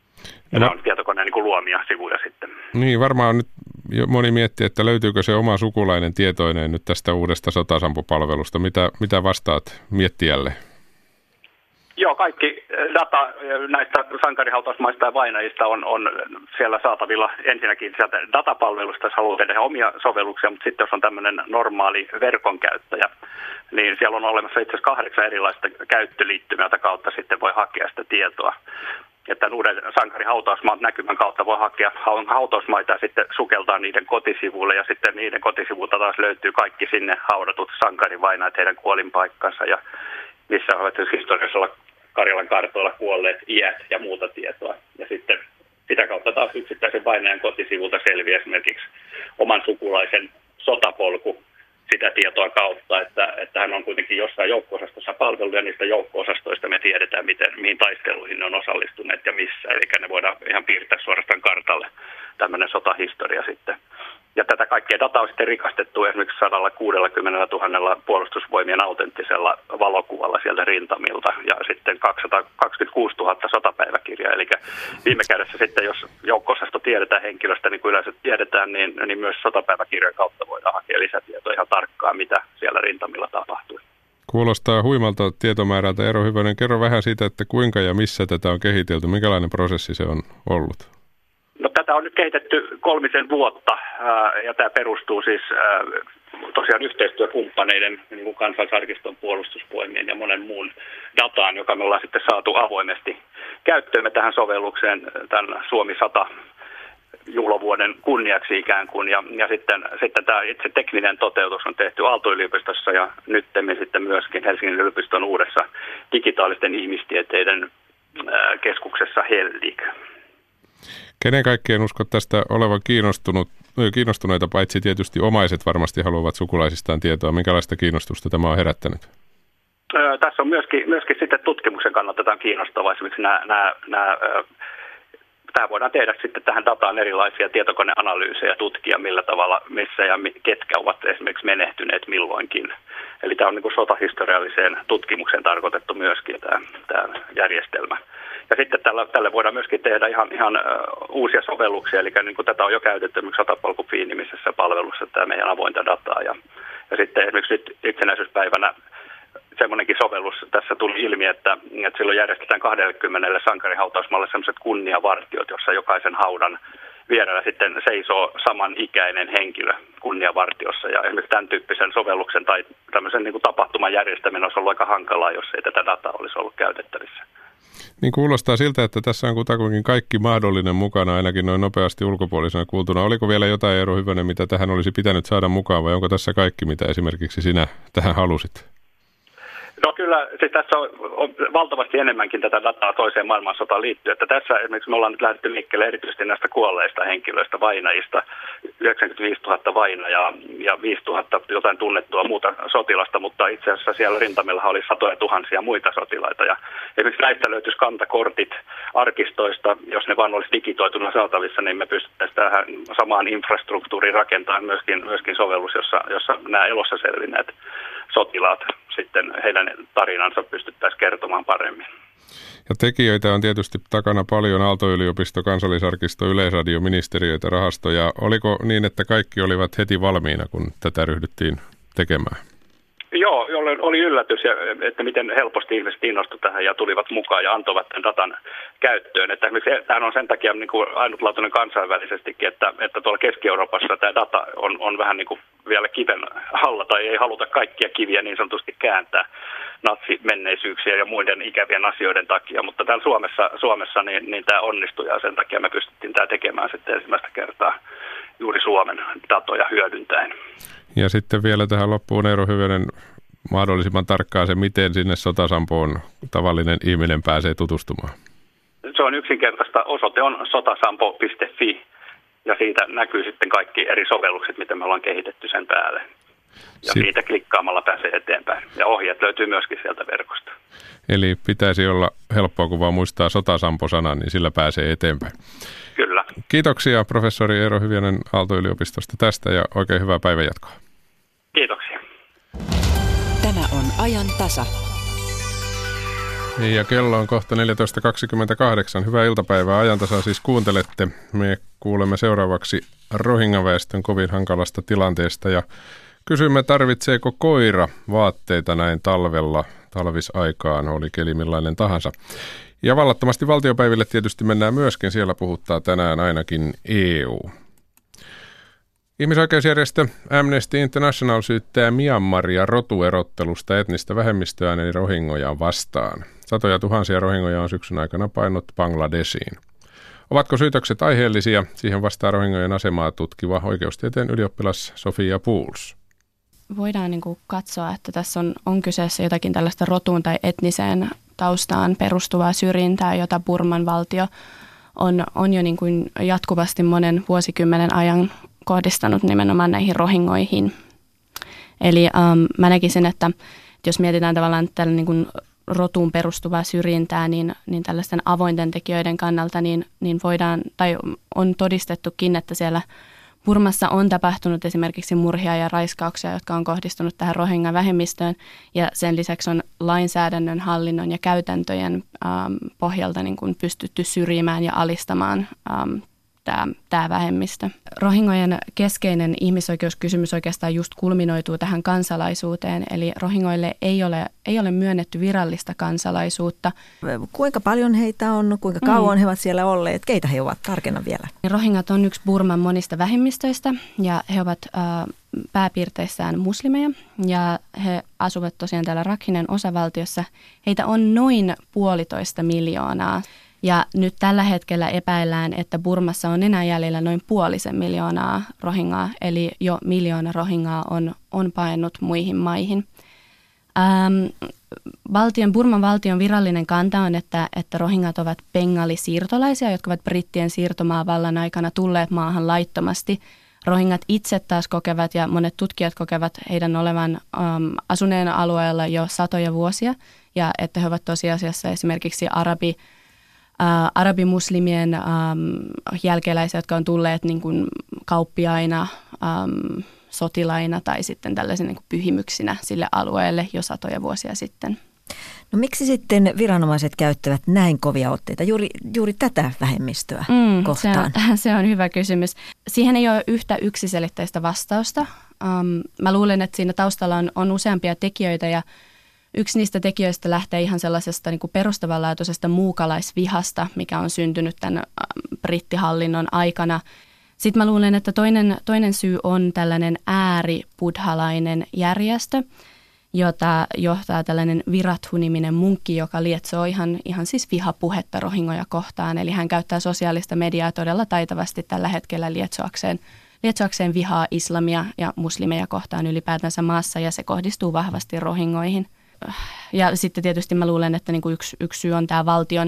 Ja ne on tietokoneen niin kuin luomia sivuja sitten. Niin, varmaan nyt moni miettii, että löytyykö se oma sukulainen tietoinen nyt tästä uudesta Sotasampo-palvelusta. Mitä vastaat miettijälle? Joo, kaikki data näistä sankarihautausmaista ja vainajista on siellä saatavilla ensinnäkin sieltä datapalvelusta, jos haluaa tehdä omia sovelluksia, mutta sitten jos on tämmöinen normaali verkon käyttäjä, niin siellä on olemassa itse asiassa 8 erilaista käyttöliittymää, jota kautta sitten voi hakea sitä tietoa. Että uuden sankarihautausmaan näkymän kautta voi hakea hautausmaita ja sitten sukeltaa niiden kotisivuille, ja sitten niiden kotisivuilta taas löytyy kaikki sinne haudatut sankarivainajat, heidän kuolinpaikkansa ja missä ovat historiallisella Karjalan kartoilla kuolleet iät ja muuta tietoa. Ja sitten sitä kautta taas yksittäisen vainajan kotisivulta selviää esimerkiksi oman sukulaisen sotapolku sitä tietoa kautta, että hän on kuitenkin jossain joukko-osastossa palvellut, ja niistä joukko-osastoista me tiedetään, mihin taisteluihin ne on osallistuneet ja missä. Eli ne voidaan ihan piirtää suorastaan kartalle tämmöinen sotahistoria sitten. Ja tätä kaikkea dataa on sitten rikastettu esimerkiksi 160 000 puolustusvoimien autenttisella valokuvalla sieltä rintamilta ja sitten 226 000 sotapäiväkirjaa. Eli viime kädessä sitten, jos joukko-osasto tiedetään henkilöstä, niin kuin yleensä tiedetään, niin myös sotapäiväkirjan kautta voidaan hakea lisätietoa ihan tarkkaan, mitä siellä rintamilla tapahtui. Kuulostaa huimalta tietomäärältä. Eero Hyvönen, kerro vähän siitä, että kuinka ja missä tätä on kehitelty, minkälainen prosessi se on ollut? No, tätä on nyt kehitetty 3 vuotta ja tämä perustuu siis tosiaan yhteistyökumppaneiden, niin kuin Kansallisarkiston, Puolustusvoimien ja monen muun dataan, joka me ollaan sitten saatu avoimesti käyttöömme tähän sovellukseen tämän Suomi 100 juhlavuoden kunniaksi ikään kuin. Ja sitten tämä itse tekninen toteutus on tehty Aalto-yliopistossa ja nyttemmin sitten myöskin Helsingin yliopiston uudessa digitaalisten ihmistieteiden keskuksessa HELDIG. Kenen kaikkien uskot tästä olevan kiinnostuneita, paitsi tietysti omaiset varmasti haluavat sukulaisistaan tietoa. Minkälaista kiinnostusta tämä on herättänyt? Tässä on myöskin sitten tutkimuksen kannalta tämä on kiinnostavaa. Esimerkiksi tämä voidaan tehdä sitten tähän dataan erilaisia tietokoneanalyysejä, tutkia millä tavalla, missä ja ketkä ovat esimerkiksi menehtyneet milloinkin. Eli tämä on niin kuin sotahistorialliseen tutkimukseen tarkoitettu myöskin tämä järjestelmä. Ja sitten tälle voidaan myöskin tehdä ihan uusia sovelluksia, eli niin kuin tätä on jo käytetty esimerkiksi Sotapolku-nimisessä palvelussa, tämä meidän avointa dataa. Ja sitten esimerkiksi nyt itsenäisyyspäivänä semmoinenkin sovellus tässä tuli ilmi, että silloin järjestetään 20 sankarihautausmaalle sellaiset kunniavartiot, jossa jokaisen haudan vierellä sitten seisoo samanikäinen henkilö kunniavartiossa. Ja esimerkiksi tämän tyyppisen sovelluksen tai tämmöisen niin kuin tapahtuman järjestäminen olisi ollut aika hankalaa, jos ei tätä dataa olisi ollut käytettävissä. Niin kuulostaa siltä, että tässä on kutakuinkin kaikki mahdollinen mukana, ainakin noin nopeasti ulkopuolisena kuultuna. Oliko vielä jotain, Eero Hyvönen, mitä tähän olisi pitänyt saada mukaan, vai onko tässä kaikki, mitä esimerkiksi sinä tähän halusit? No kyllä, siis tässä on valtavasti enemmänkin tätä dataa toiseen maailmansotaan liittyen. Että tässä esimerkiksi me ollaan nyt lähdetty liikkeelle erityisesti näistä kuolleista henkilöistä, vainajista, 95 000 vainajaa ja 5 000 jotain tunnettua muuta sotilasta, mutta itse asiassa siellä rintamilla oli satoja tuhansia muita sotilaita. Ja esimerkiksi näistä löytyisi kantakortit arkistoista, jos ne vaan olisi digitoituna saatavissa, niin me pystyttäisiin tähän samaan infrastruktuuriin rakentamaan myöskin sovellus, jossa nämä elossa selvinneet sotilaat sitten heidän tarinansa pystyttäisiin kertomaan paremmin. Ja tekijöitä on tietysti takana paljon: Aalto-yliopisto, Kansallisarkisto, Yleisradio, ministeriöitä, rahastoja. Oliko niin, että kaikki olivat heti valmiina, kun tätä ryhdyttiin tekemään? Joo, oli yllätys, että miten helposti ihmiset innostuivat tähän ja tulivat mukaan ja antoivat tämän datan käyttöön. Että esimerkiksi tämähän on sen takia niin kuin ainutlaatuinen kansainvälisestikin, että tuolla Keski-Euroopassa tämä data on vähän niin kuin vielä kiven alla, tai ei haluta kaikkia kiviä niin sanotusti kääntää natsimenneisyyksiä ja muiden ikävien asioiden takia. Mutta täällä Suomessa niin tämä onnistui, ja sen takia me pystyttiin tämä tekemään sitten ensimmäistä kertaa juuri Suomen datoja hyödyntäen. Ja sitten vielä tähän loppuun, Eero Hyvönen, mahdollisimman tarkkaan se, miten sinne Sotasampoon tavallinen ihminen pääsee tutustumaan. Se on yksinkertaista. Osoite on sotasampo.fi ja siitä näkyy sitten kaikki eri sovellukset, mitä me ollaan kehitetty sen päälle. Ja siitä klikkaamalla pääsee eteenpäin. Ja ohjeet löytyy myöskin sieltä verkosta. Eli pitäisi olla helppoa, kun vaan muistaa Sotasampo-sanan, niin sillä pääsee eteenpäin. Kyllä. Kiitoksia professori Eero Hyvönen Aalto-yliopistosta tästä ja oikein hyvää päivänjatkoa. Kiitoksia. Tämä on ajan tasa. Ja kello on kohta 14.28. Hyvää iltapäivää. Ajantasaa siis kuuntelette. Me kuulemme seuraavaksi rohingya-väestön kovin hankalasta tilanteesta ja kysymme, tarvitseeko koira vaatteita näin talvella, talvisaikaan, oli keli millainen tahansa. Ja vallattomasti valtiopäiville tietysti mennään myöskin, siellä puhuttaa tänään ainakin EU. Ihmisoikeusjärjestö Amnesty International syyttää Myanmaria rotuerottelusta etnistä vähemmistöään eli rohingojaan vastaan. Satoja tuhansia rohingoja on syksyn aikana painut Bangladeshiin. Ovatko syytökset aiheellisia? Siihen vastaa rohingojen asemaa tutkiva oikeustieteen ylioppilas Sofia Pools. Voidaan katsoa, että tässä on kyseessä jotakin tällaista rotuun tai etniseen taustaan perustuvaa syrjintää, jota Burman valtio on jo jatkuvasti monen vuosikymmenen ajan kohdistanut nimenomaan näihin rohingoihin. Eli mä näkisin, että jos mietitään tavallaan tällä rotuun perustuvaa syrjintää, niin tällaisten avointen tekijöiden kannalta niin voidaan, tai on todistettukin, että siellä Burmassa on tapahtunut esimerkiksi murhia ja raiskauksia, jotka on kohdistunut tähän rohingya-vähemmistöön, ja sen lisäksi on lainsäädännön, hallinnon ja käytäntöjen pohjalta pystytty syrjimään ja alistamaan tämä vähemmistö. Rohingojen keskeinen ihmisoikeuskysymys oikeastaan just kulminoituu tähän kansalaisuuteen, eli rohingoille ei ole myönnetty virallista kansalaisuutta. Kuinka paljon heitä on, kuinka kauan he ovat siellä olleet, keitä he ovat, tarkenna vielä? Rohingat on yksi Burman monista vähemmistöistä ja he ovat pääpiirteissään muslimeja ja he asuvat tosiaan täällä Rakhinen osavaltiossa. Heitä on noin 1,5 miljoonaa. Ja nyt tällä hetkellä epäillään, että Burmassa on enää jäljellä noin 500 miljoonaa rohingaa, eli jo 1 miljoona rohingaa on paennut muihin maihin. Burman valtion virallinen kanta on, että rohingat ovat bengalisiirtolaisia, jotka ovat brittien siirtomaavallan aikana tulleet maahan laittomasti. Rohingat itse taas kokevat ja monet tutkijat kokevat heidän olevan asuneen alueella jo satoja vuosia ja että he ovat tosiasiassa esimerkiksi arabimuslimien jälkeläisiä, jotka on tulleet kauppiaina, sotilaina tai sitten tällaisen pyhimyksinä sille alueelle jo satoja vuosia sitten. No miksi sitten viranomaiset käyttävät näin kovia otteita juuri tätä vähemmistöä kohtaan? Se on hyvä kysymys. Siihen ei ole yhtä yksiselitteistä vastausta. Mä luulen, että siinä taustalla on useampia tekijöitä ja yksi niistä tekijöistä lähtee ihan sellaisesta perustavanlaatuisesta muukalaisvihasta, mikä on syntynyt tämän brittihallinnon aikana. Sitten mä luulen, että toinen syy on tällainen ääri-buddhalainen järjestö, jota johtaa tällainen Virathu-niminen munkki, joka lietsoo ihan siis vihapuhetta rohingoja kohtaan. Eli hän käyttää sosiaalista mediaa todella taitavasti tällä hetkellä lietsoakseen vihaa islamia ja muslimeja kohtaan ylipäätänsä maassa, ja se kohdistuu vahvasti rohingoihin. Ja sitten tietysti mä luulen, että yksi syy on tämä valtion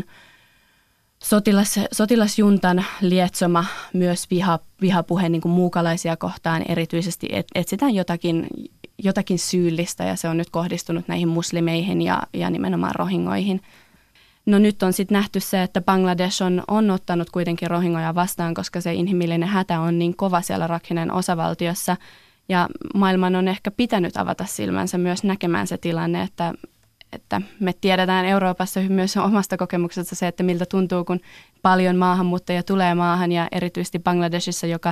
sotilasjuntan lietsoma myös vihapuhe muukalaisia kohtaan. Erityisesti etsitään jotakin syyllistä ja se on nyt kohdistunut näihin muslimeihin ja nimenomaan rohingoihin. No nyt on sitten nähty se, että Bangladesh on ottanut kuitenkin rohingoja vastaan, koska se inhimillinen hätä on niin kova siellä Rakhinen osavaltiossa. Ja maailman on ehkä pitänyt avata silmänsä myös näkemään se tilanne, että me tiedetään Euroopassa myös omasta kokemuksesta se, että miltä tuntuu, kun paljon maahanmuuttajia tulee maahan ja erityisesti Bangladeshissa, joka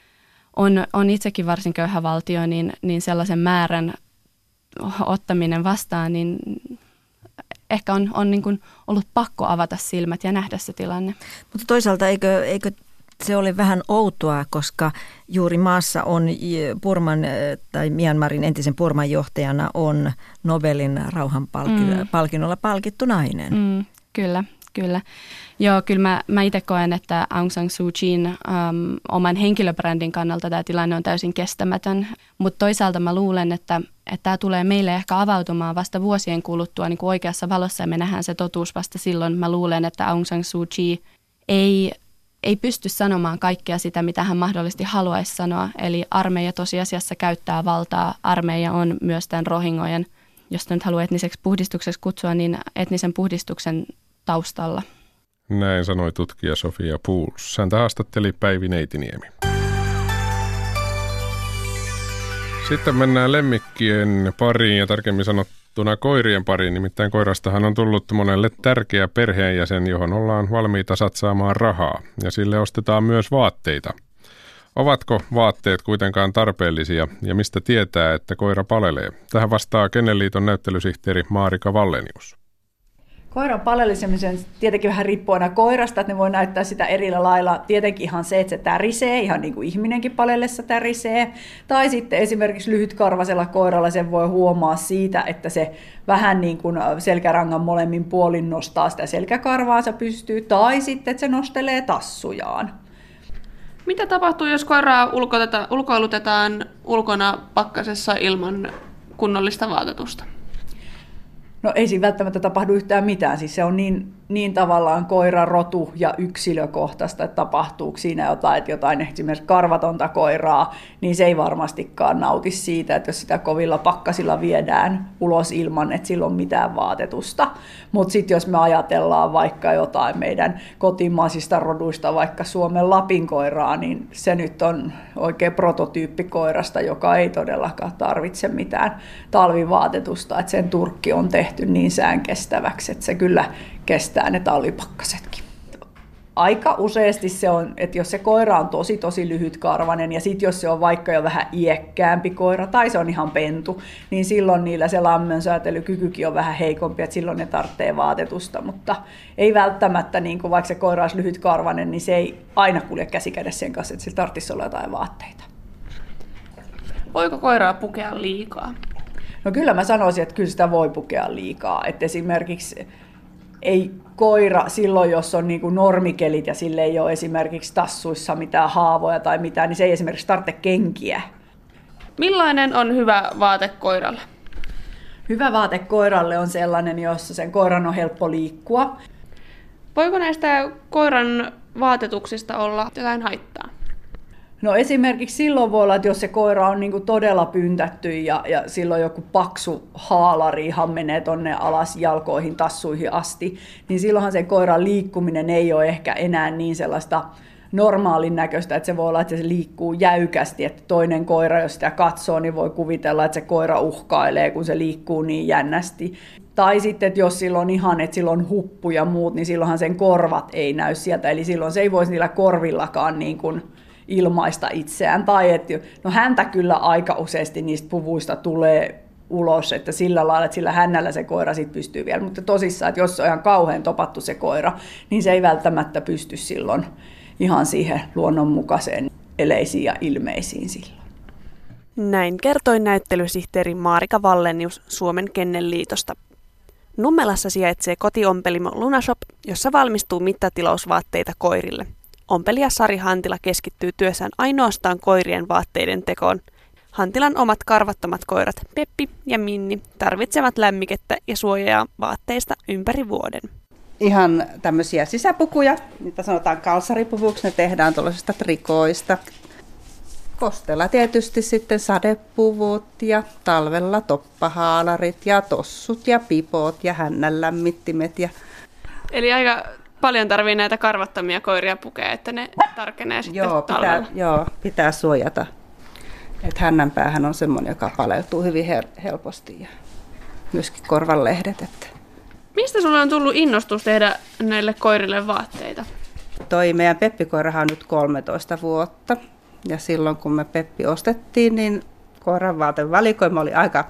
on itsekin varsin köyhä valtio, niin sellaisen määrän ottaminen vastaan, niin ehkä on niin kuin ollut pakko avata silmät ja nähdä se tilanne. Mutta toisaalta eikö se oli vähän outoa, koska juuri maassa on Burman tai Myanmarin entisen Burman johtajana on Nobelin rauhanpalkinnolla palkittu nainen. Kyllä. Joo, kyllä mä itse koen, että Aung San Suu Kyin oman henkilöbrändin kannalta tämä tilanne on täysin kestämätön. Mutta toisaalta mä luulen, että tämä tulee meille ehkä avautumaan vasta vuosien kuluttua niin kuin oikeassa valossa ja me nähdään se totuus vasta silloin. Mä luulen, että Aung San Suu Kyi ei pysty sanomaan kaikkea sitä, mitä hän mahdollisesti haluaisi sanoa. Eli armeija tosiasiassa käyttää valtaa. Armeija on myös tämän rohingojen, jos nyt haluaa etniseksi puhdistukseksi kutsua, niin etnisen puhdistuksen taustalla. Näin sanoi tutkija Sofia Pools. Häntä haastatteli Päivi Neitiniemi. Sitten mennään lemmikkien pariin ja tarkemmin verrattuna koirien pariin. Nimittäin koirastahan on tullut monelle tärkeä perheenjäsen, johon ollaan valmiita satsaamaan rahaa. Ja sille ostetaan myös vaatteita. Ovatko vaatteet kuitenkaan tarpeellisia ja mistä tietää, että koira palelee? Tähän vastaa Kennelliiton näyttelysihteeri Maarika Vallenius. Koiran palellisemisen tietenkin vähän riippuu aina koirasta, että ne voi näyttää sitä eri lailla. Tietenkin ihan se, että se tärisee, ihan niin kuin ihminenkin palellessa tärisee. Tai sitten esimerkiksi lyhytkarvaisella koiralla sen voi huomaa siitä, että se vähän niin kuin selkärangan molemmin puolin nostaa sitä selkäkarvaansa pystyy. Tai sitten, että se nostelee tassujaan. Mitä tapahtuu, jos koiraa ulkoilutetaan ulkona pakkasessa ilman kunnollista vaatetusta? No ei siinä välttämättä tapahdu yhtään mitään. Siis se on niin tavallaan koiran rotu ja yksilökohtaista, että tapahtuuko siinä jotain esimerkiksi karvatonta koiraa, niin se ei varmastikaan nauti siitä, että jos sitä kovilla pakkasilla viedään ulos ilman, että sillä on mitään vaatetusta. Mutta sitten jos me ajatellaan vaikka jotain meidän kotimaisista roduista, vaikka Suomen Lapin koiraa, niin se nyt on oikein prototyyppi koirasta, joka ei todellakaan tarvitse mitään talvivaatetusta, että sen turkki on tehty niin säänkestäväksi, että se kyllä kestää ne talvipakkasetkin. Aika useasti se on, että jos se koira on tosi lyhytkarvainen ja sitten jos se on vaikka jo vähän iäkkäämpi koira tai se on ihan pentu, niin silloin niillä se lämmönsäätelykykykin on vähän heikompi, että silloin ne tarvitsee vaatetusta, mutta ei välttämättä, niin kuin vaikka se koira olisi lyhytkarvainen, niin se ei aina kulje käsikädessä sen kanssa, että sillä tarvitsisi olla jotain vaatteita. Voiko koiraa pukea liikaa? No kyllä mä sanoisin, että kyllä sitä voi pukea liikaa, että esimerkiksi ei koira silloin, jos on niin kuin normikelit ja sille ei ole esimerkiksi tassuissa mitään haavoja tai mitään, niin se ei esimerkiksi tarvitse kenkiä. Millainen on hyvä vaate koiralle? Hyvä vaate koiralle on sellainen, jossa sen koiran on helppo liikkua. Voiko näistä koiran vaatetuksista olla jotain haittaa? No esimerkiksi silloin voi olla, että jos se koira on niin kuin todella pyntätty ja silloin joku paksu haalari ihan menee tonne alas jalkoihin, tassuihin asti, niin silloinhan se koiran liikkuminen ei ole ehkä enää niin sellaista normaalin näköistä, että se voi olla, että se liikkuu jäykästi, että toinen koira, jos sitä katsoo, niin voi kuvitella, että se koira uhkailee, kun se liikkuu niin jännästi. Tai sitten, että jos sillä on ihan, että sillä on huppu ja muut, niin silloinhan sen korvat ei näy sieltä, eli silloin se ei voisi niillä korvillakaan niin kuin ilmaista itseään, tai että no häntä kyllä aika useasti niistä puvuista tulee ulos, että sillä lailla, että sillä hännällä se koira sit pystyy vielä, mutta tosissaan, että jos on ihan kauhean topattu se koira, niin se ei välttämättä pysty silloin ihan siihen luonnonmukaiseen eleisiin ja ilmeisiin silloin. Näin kertoi näyttelysihteeri Maarika Vallenius Suomen Kennelliitosta. Nummelassa sijaitsee kotiompelimo Lunashop, jossa valmistuu mittatilausvaatteita koirille. Ompelija Sari Hantila keskittyy työssään ainoastaan koirien vaatteiden tekoon. Hantilan omat karvattomat koirat Peppi ja Minni tarvitsevat lämmikettä ja suojaa vaatteista ympäri vuoden. Ihan tämmöisiä sisäpukuja, niitä sanotaan kalsaripuvuksi, ne tehdään tuollaisista trikoista. Kosteella tietysti sitten sadepuvut ja talvella toppahaalarit ja tossut ja pipot ja hännänlämmittimet. Eli aika paljon tarvii näitä karvattomia koiria pukea, että ne tarkenee sitten talvella. Pitää suojata. Et hännänpäähän on semmoinen, joka paleltuu hyvin helposti ja myöskin korvanlehdet. Että. Mistä sulla on tullut innostus tehdä näille koirille vaatteita? Toi meidän Peppi-koirahan on nyt 13 vuotta. Ja silloin kun me Peppi ostettiin, niin koiran vaatevalikoima oli aika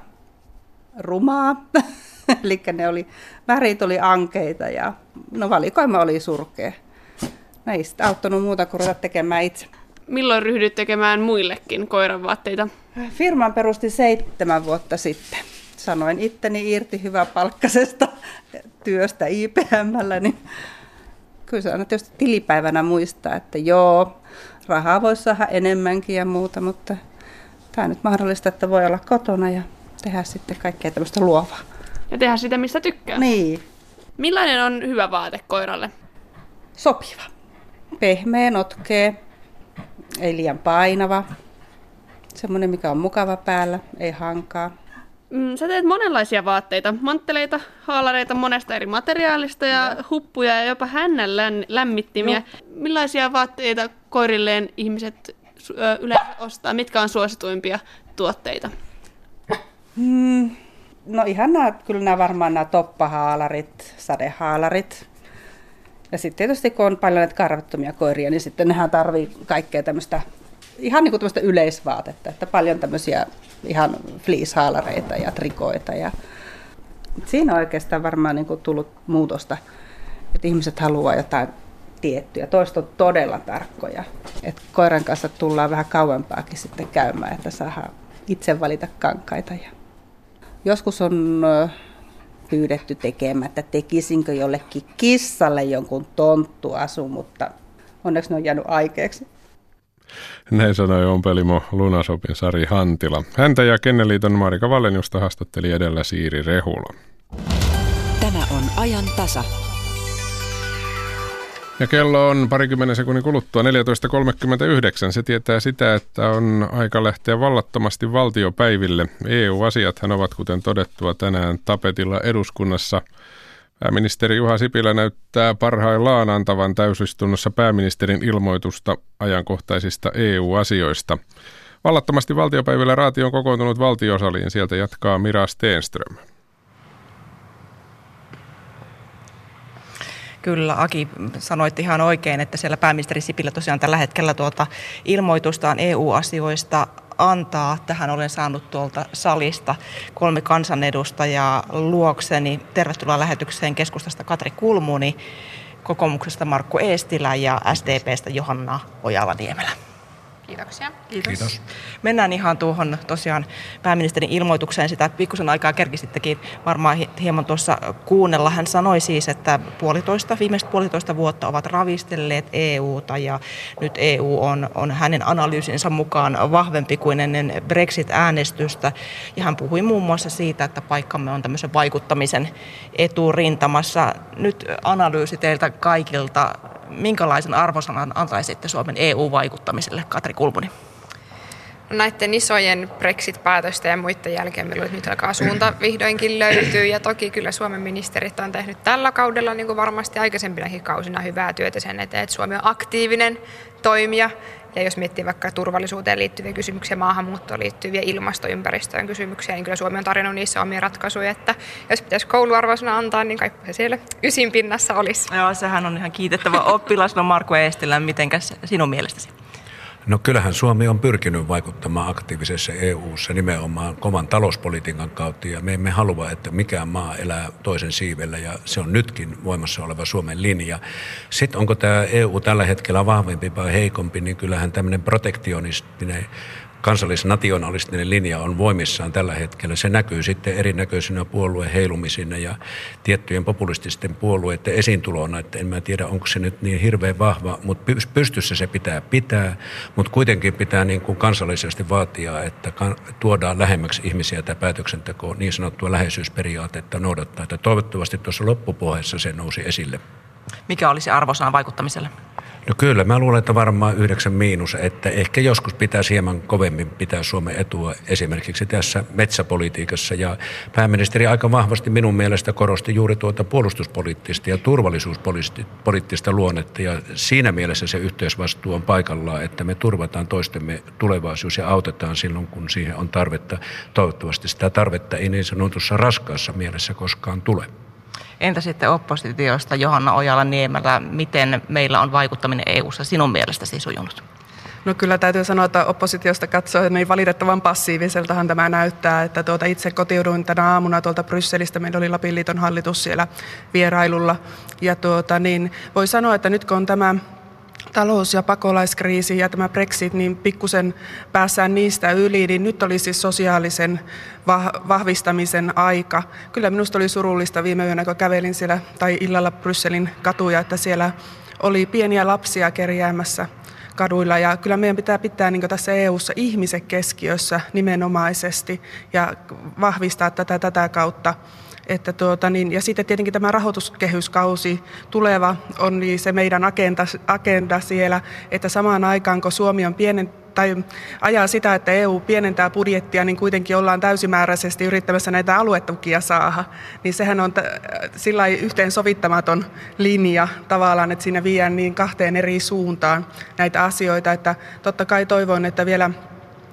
rumaa. Eli värit oli ankeita ja valikoima oli surkea. Ei sitä auttanut muuta kuin ruveta tekemään itse. Milloin ryhdyt tekemään muillekin koiran vaatteita? Firman perusti 7 vuotta sitten. Sanoin itteni irti hyväpalkkaisesta työstä IPM:llä, niin kyllä se aina tietysti tilipäivänä muistaa, että joo, rahaa voisi saada enemmänkin ja muuta, mutta tämä on nyt mahdollista, että voi olla kotona ja tehdä sitten kaikkea tämmöistä luovaa. Ja tehdä sitä, mistä tykkää. Niin. Millainen on hyvä vaate koiralle? Sopiva. Pehmeä, notkea, ei liian painava. Semmoinen, mikä on mukava päällä, ei hankaa. Sä teet monenlaisia vaatteita, mantteleita, haalareita monesta eri materiaalista ja huppuja ja jopa hännän lämmittimiä. Millaisia vaatteita koirilleen ihmiset yleensä ostaa? Mitkä on suosituimpia tuotteita? No ihan varmaan nämä toppahaalarit, sadehaalarit. Ja sitten tietysti kun on paljon näitä karvattomia koiria, niin sitten nehän tarvii kaikkea tämmöistä, ihan niin kuin tämmöistä yleisvaatetta, että paljon tämmöisiä ihan fleecehaalareita ja trikoita. Ja siinä on oikeastaan varmaan niin kuin tullut muutosta, että ihmiset haluaa jotain tiettyä. Toiset on todella tarkkoja, että koiran kanssa tullaan vähän kauempaakin sitten käymään, että saadaan itse valita kankaita. Ja joskus on pyydetty tekemään, että tekisinkö jollekin kissalle jonkun tonttuasun, mutta onneksi ne on jäänyt aikeeksi. Näin sanoi ompelimo Lunashopin Sari Hantila. Häntä ja Kennelliiton Marika Valleniusta haastatteli edellä Siiri Rehula. Tämä on ajan tasa. Ja kello on parikymmenen sekunnin kuluttua 14.39. Se tietää sitä, että on aika lähteä vallattomasti valtiopäiville. EU-asiathan ovat, kuten todettua, tänään tapetilla eduskunnassa. Pääministeri Juha Sipilä näyttää parhaillaan antavan täysistunnossa pääministerin ilmoitusta ajankohtaisista EU-asioista. Vallattomasti valtiopäivillä raati on kokoontunut valtiosaliin. Sieltä jatkaa Mira Stenström. Kyllä, Aki, sanoit ihan oikein, että siellä pääministeri Sipilä tosiaan tällä hetkellä ilmoitustaan EU-asioista antaa. Tähän olen saanut tuolta salista 3 kansanedustajaa luokseni. Tervetuloa lähetykseen keskustasta Katri Kulmuni, kokoomuksesta Markku Eestilä ja SDPstä Johanna Ojala-Niemelä. Kiitoksia. Kiitos. Mennään ihan tuohon tosiaan pääministerin ilmoitukseen. Sitä pikkusen aikaa kerkisittekin varmaan hieman tuossa kuunnella. Hän sanoi siis, että viimeiset puolitoista vuotta ovat ravistelleet EUta ja nyt EU on hänen analyysinsa mukaan vahvempi kuin ennen Brexit-äänestystä. Ja hän puhui muun muassa siitä, että paikkamme on tämmöisen vaikuttamisen eturintamassa. Nyt analyysi teiltä kaikilta. Minkälaisen arvosanan antaisitte Suomen EU-vaikuttamiselle, Katri Kulmuni? Näiden isojen Brexit-päätösten ja muiden jälkeen meillä nyt alkaa suunta vihdoinkin löytyy. Ja toki kyllä Suomen ministerit on tehnyt tällä kaudella, niin kuin varmasti aikaisempinakin kausina, hyvää työtä sen eteen, että Suomi on aktiivinen toimija. Ja jos miettii vaikka turvallisuuteen liittyviä kysymyksiä, maahanmuuttoon liittyviä, ilmastoympäristöön kysymyksiä, niin kyllä Suomi on tarjonnut niissä omia ratkaisuja. Että jos pitäisi kouluarvoisena antaa, niin kai se siellä 9 pinnassa olisi. Joo, sehän on ihan kiitettävä oppilas. No Markku Eestilä, mitenkäs sinun mielestäsi? No kyllähän Suomi on pyrkinyt vaikuttamaan aktiivisessa EU:ssa nimenomaan kovan talouspolitiikan kautta ja me emme halua, että mikään maa elää toisen siivellä ja se on nytkin voimassa oleva Suomen linja. Sitten onko tämä EU tällä hetkellä vahvempi vai heikompi, niin kyllähän tämmöinen protektionistinen kansallisnationalistinen linja on voimissaan tällä hetkellä. Se näkyy sitten erinäköisinä puolueen heilumisina ja tiettyjen populististen puolueiden esiintulona, että en mä tiedä, onko se nyt niin hirveän vahva, mutta pystyssä se pitää, mutta kuitenkin pitää niin kuin kansallisesti vaatia, että tuodaan lähemmäksi ihmisiä tämä päätöksenteko, niin sanottua läheisyysperiaatetta noudattaa, että toivottavasti tuossa loppupuheessa se nousi esille. Mikä olisi arvosana vaikuttamiselle? No kyllä, mä luulen, että varmaan 9-, että ehkä joskus pitäisi hieman kovemmin pitää Suomen etua esimerkiksi tässä metsäpolitiikassa. Ja pääministeri aika vahvasti minun mielestä korosti juuri tuota puolustuspoliittista ja turvallisuuspoliittista luonnetta. Ja siinä mielessä se yhteisvastuu on paikallaan, että me turvataan toistemme tulevaisuus ja autetaan silloin, kun siihen on tarvetta. Toivottavasti sitä tarvetta ei niin sanotussa raskaassa mielessä koskaan tule. Entä sitten oppositiosta, Johanna Ojala-Niemelä, miten meillä on vaikuttaminen EU:ssa sinun mielestäsi sujunut? No kyllä täytyy sanoa, että oppositiosta katsoen niin valitettavan passiiviseltahan tämä näyttää, että itse kotiuduin tänä aamuna tuolta Brysselistä, meillä oli Lapin liiton hallitus siellä vierailulla ja voi sanoa, että nyt kun on tämä talous- ja pakolaiskriisi ja tämä Brexit, niin pikkusen päässään niistä yli, niin nyt oli siis sosiaalisen vahvistamisen aika. Kyllä minusta oli surullista viime yönä, kun kävelin siellä tai illalla Brysselin katuja, että siellä oli pieniä lapsia kerjäämässä kaduilla ja kyllä meidän pitää niin tässä EU:ssa ihmisen keskiössä nimenomaisesti ja vahvistaa tätä kautta. Että ja sitten tietenkin tämä rahoituskehyskausi tuleva on niin se meidän agenda siellä, että samaan aikaan kun Suomi on ajaa sitä, että EU pienentää budjettia, niin kuitenkin ollaan täysimääräisesti yrittämässä näitä aluetukia saada. Niin sehän on sillä yhteen sovittamaton linja tavallaan, että siinä viedään niin 2 eri suuntaan näitä asioita, että totta kai toivon, että vielä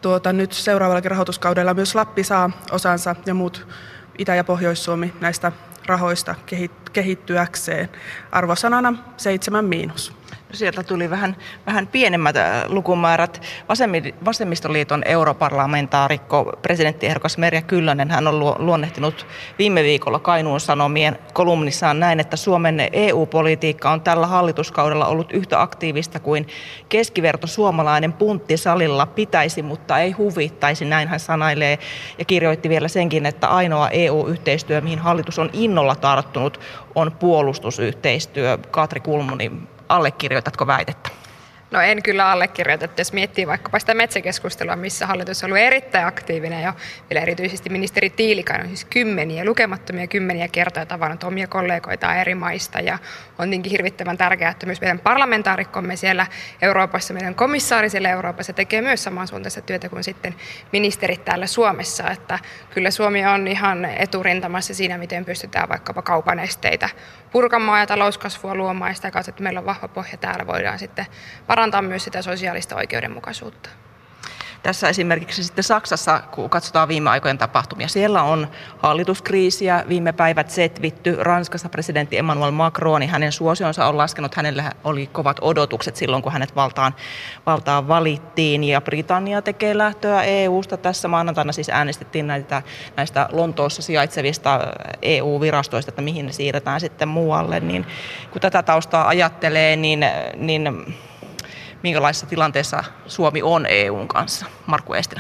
nyt seuraavallakin rahoituskaudella myös Lappi saa osansa ja muut Itä- ja Pohjois-Suomi näistä rahoista kehittyäkseen. Arvosanana 7-. Sieltä tuli vähän pienemmät lukumäärät. Vasemmistoliiton europarlamentaarikko, presidenttiehdokas Merja Kyllönen, hän on luonnehtinut viime viikolla Kainuun Sanomien kolumnissaan näin, että Suomen EU-politiikka on tällä hallituskaudella ollut yhtä aktiivista kuin keskiverto suomalainen puntti salilla pitäisi, mutta ei huvittaisi. Näin hän sanailee ja kirjoitti vielä senkin, että ainoa EU-yhteistyö, mihin hallitus on innolla tarttunut, on puolustusyhteistyö. Katri Kulmuni, allekirjoitatko väitettä? No en kyllä allekirjoita, jos miettii vaikkapa sitä metsäkeskustelua, missä hallitus on ollut erittäin aktiivinen ja vielä erityisesti ministeri Tiilikainen on siis lukemattomia kymmeniä kertoja tavannut omia kollegoitaan eri maista ja on tietenkin hirvittävän tärkeää, että myös meidän parlamentaarikkomme siellä Euroopassa, meidän komissaari siellä Euroopassa tekee myös samansuuntaista työtä kuin sitten ministerit täällä Suomessa, että kyllä Suomi on ihan eturintamassa siinä, miten pystytään vaikkapa kaupan esteitä purkamaan ja talouskasvua luomaan ja sitä kautta, että meillä on vahva pohja täällä, voidaan sitten parantaa myös sitä sosiaalista oikeudenmukaisuutta. Tässä esimerkiksi sitten Saksassa, kun katsotaan viime aikojen tapahtumia, siellä on hallituskriisiä, viime päivät setvitty. Ranskassa presidentti Emmanuel Macron, hänen suosionsa on laskenut, hänellä oli kovat odotukset silloin, kun hänet valtaan valittiin. Ja Britannia tekee lähtöä EUsta. Tässä maanantaina siis äänestettiin näistä Lontoossa sijaitsevista EU-virastoista, että mihin ne siirretään sitten muualle. Niin, kun tätä taustaa ajattelee, niin minkälaisessa tilanteessa Suomi on EUn kanssa? Markku Eestilä.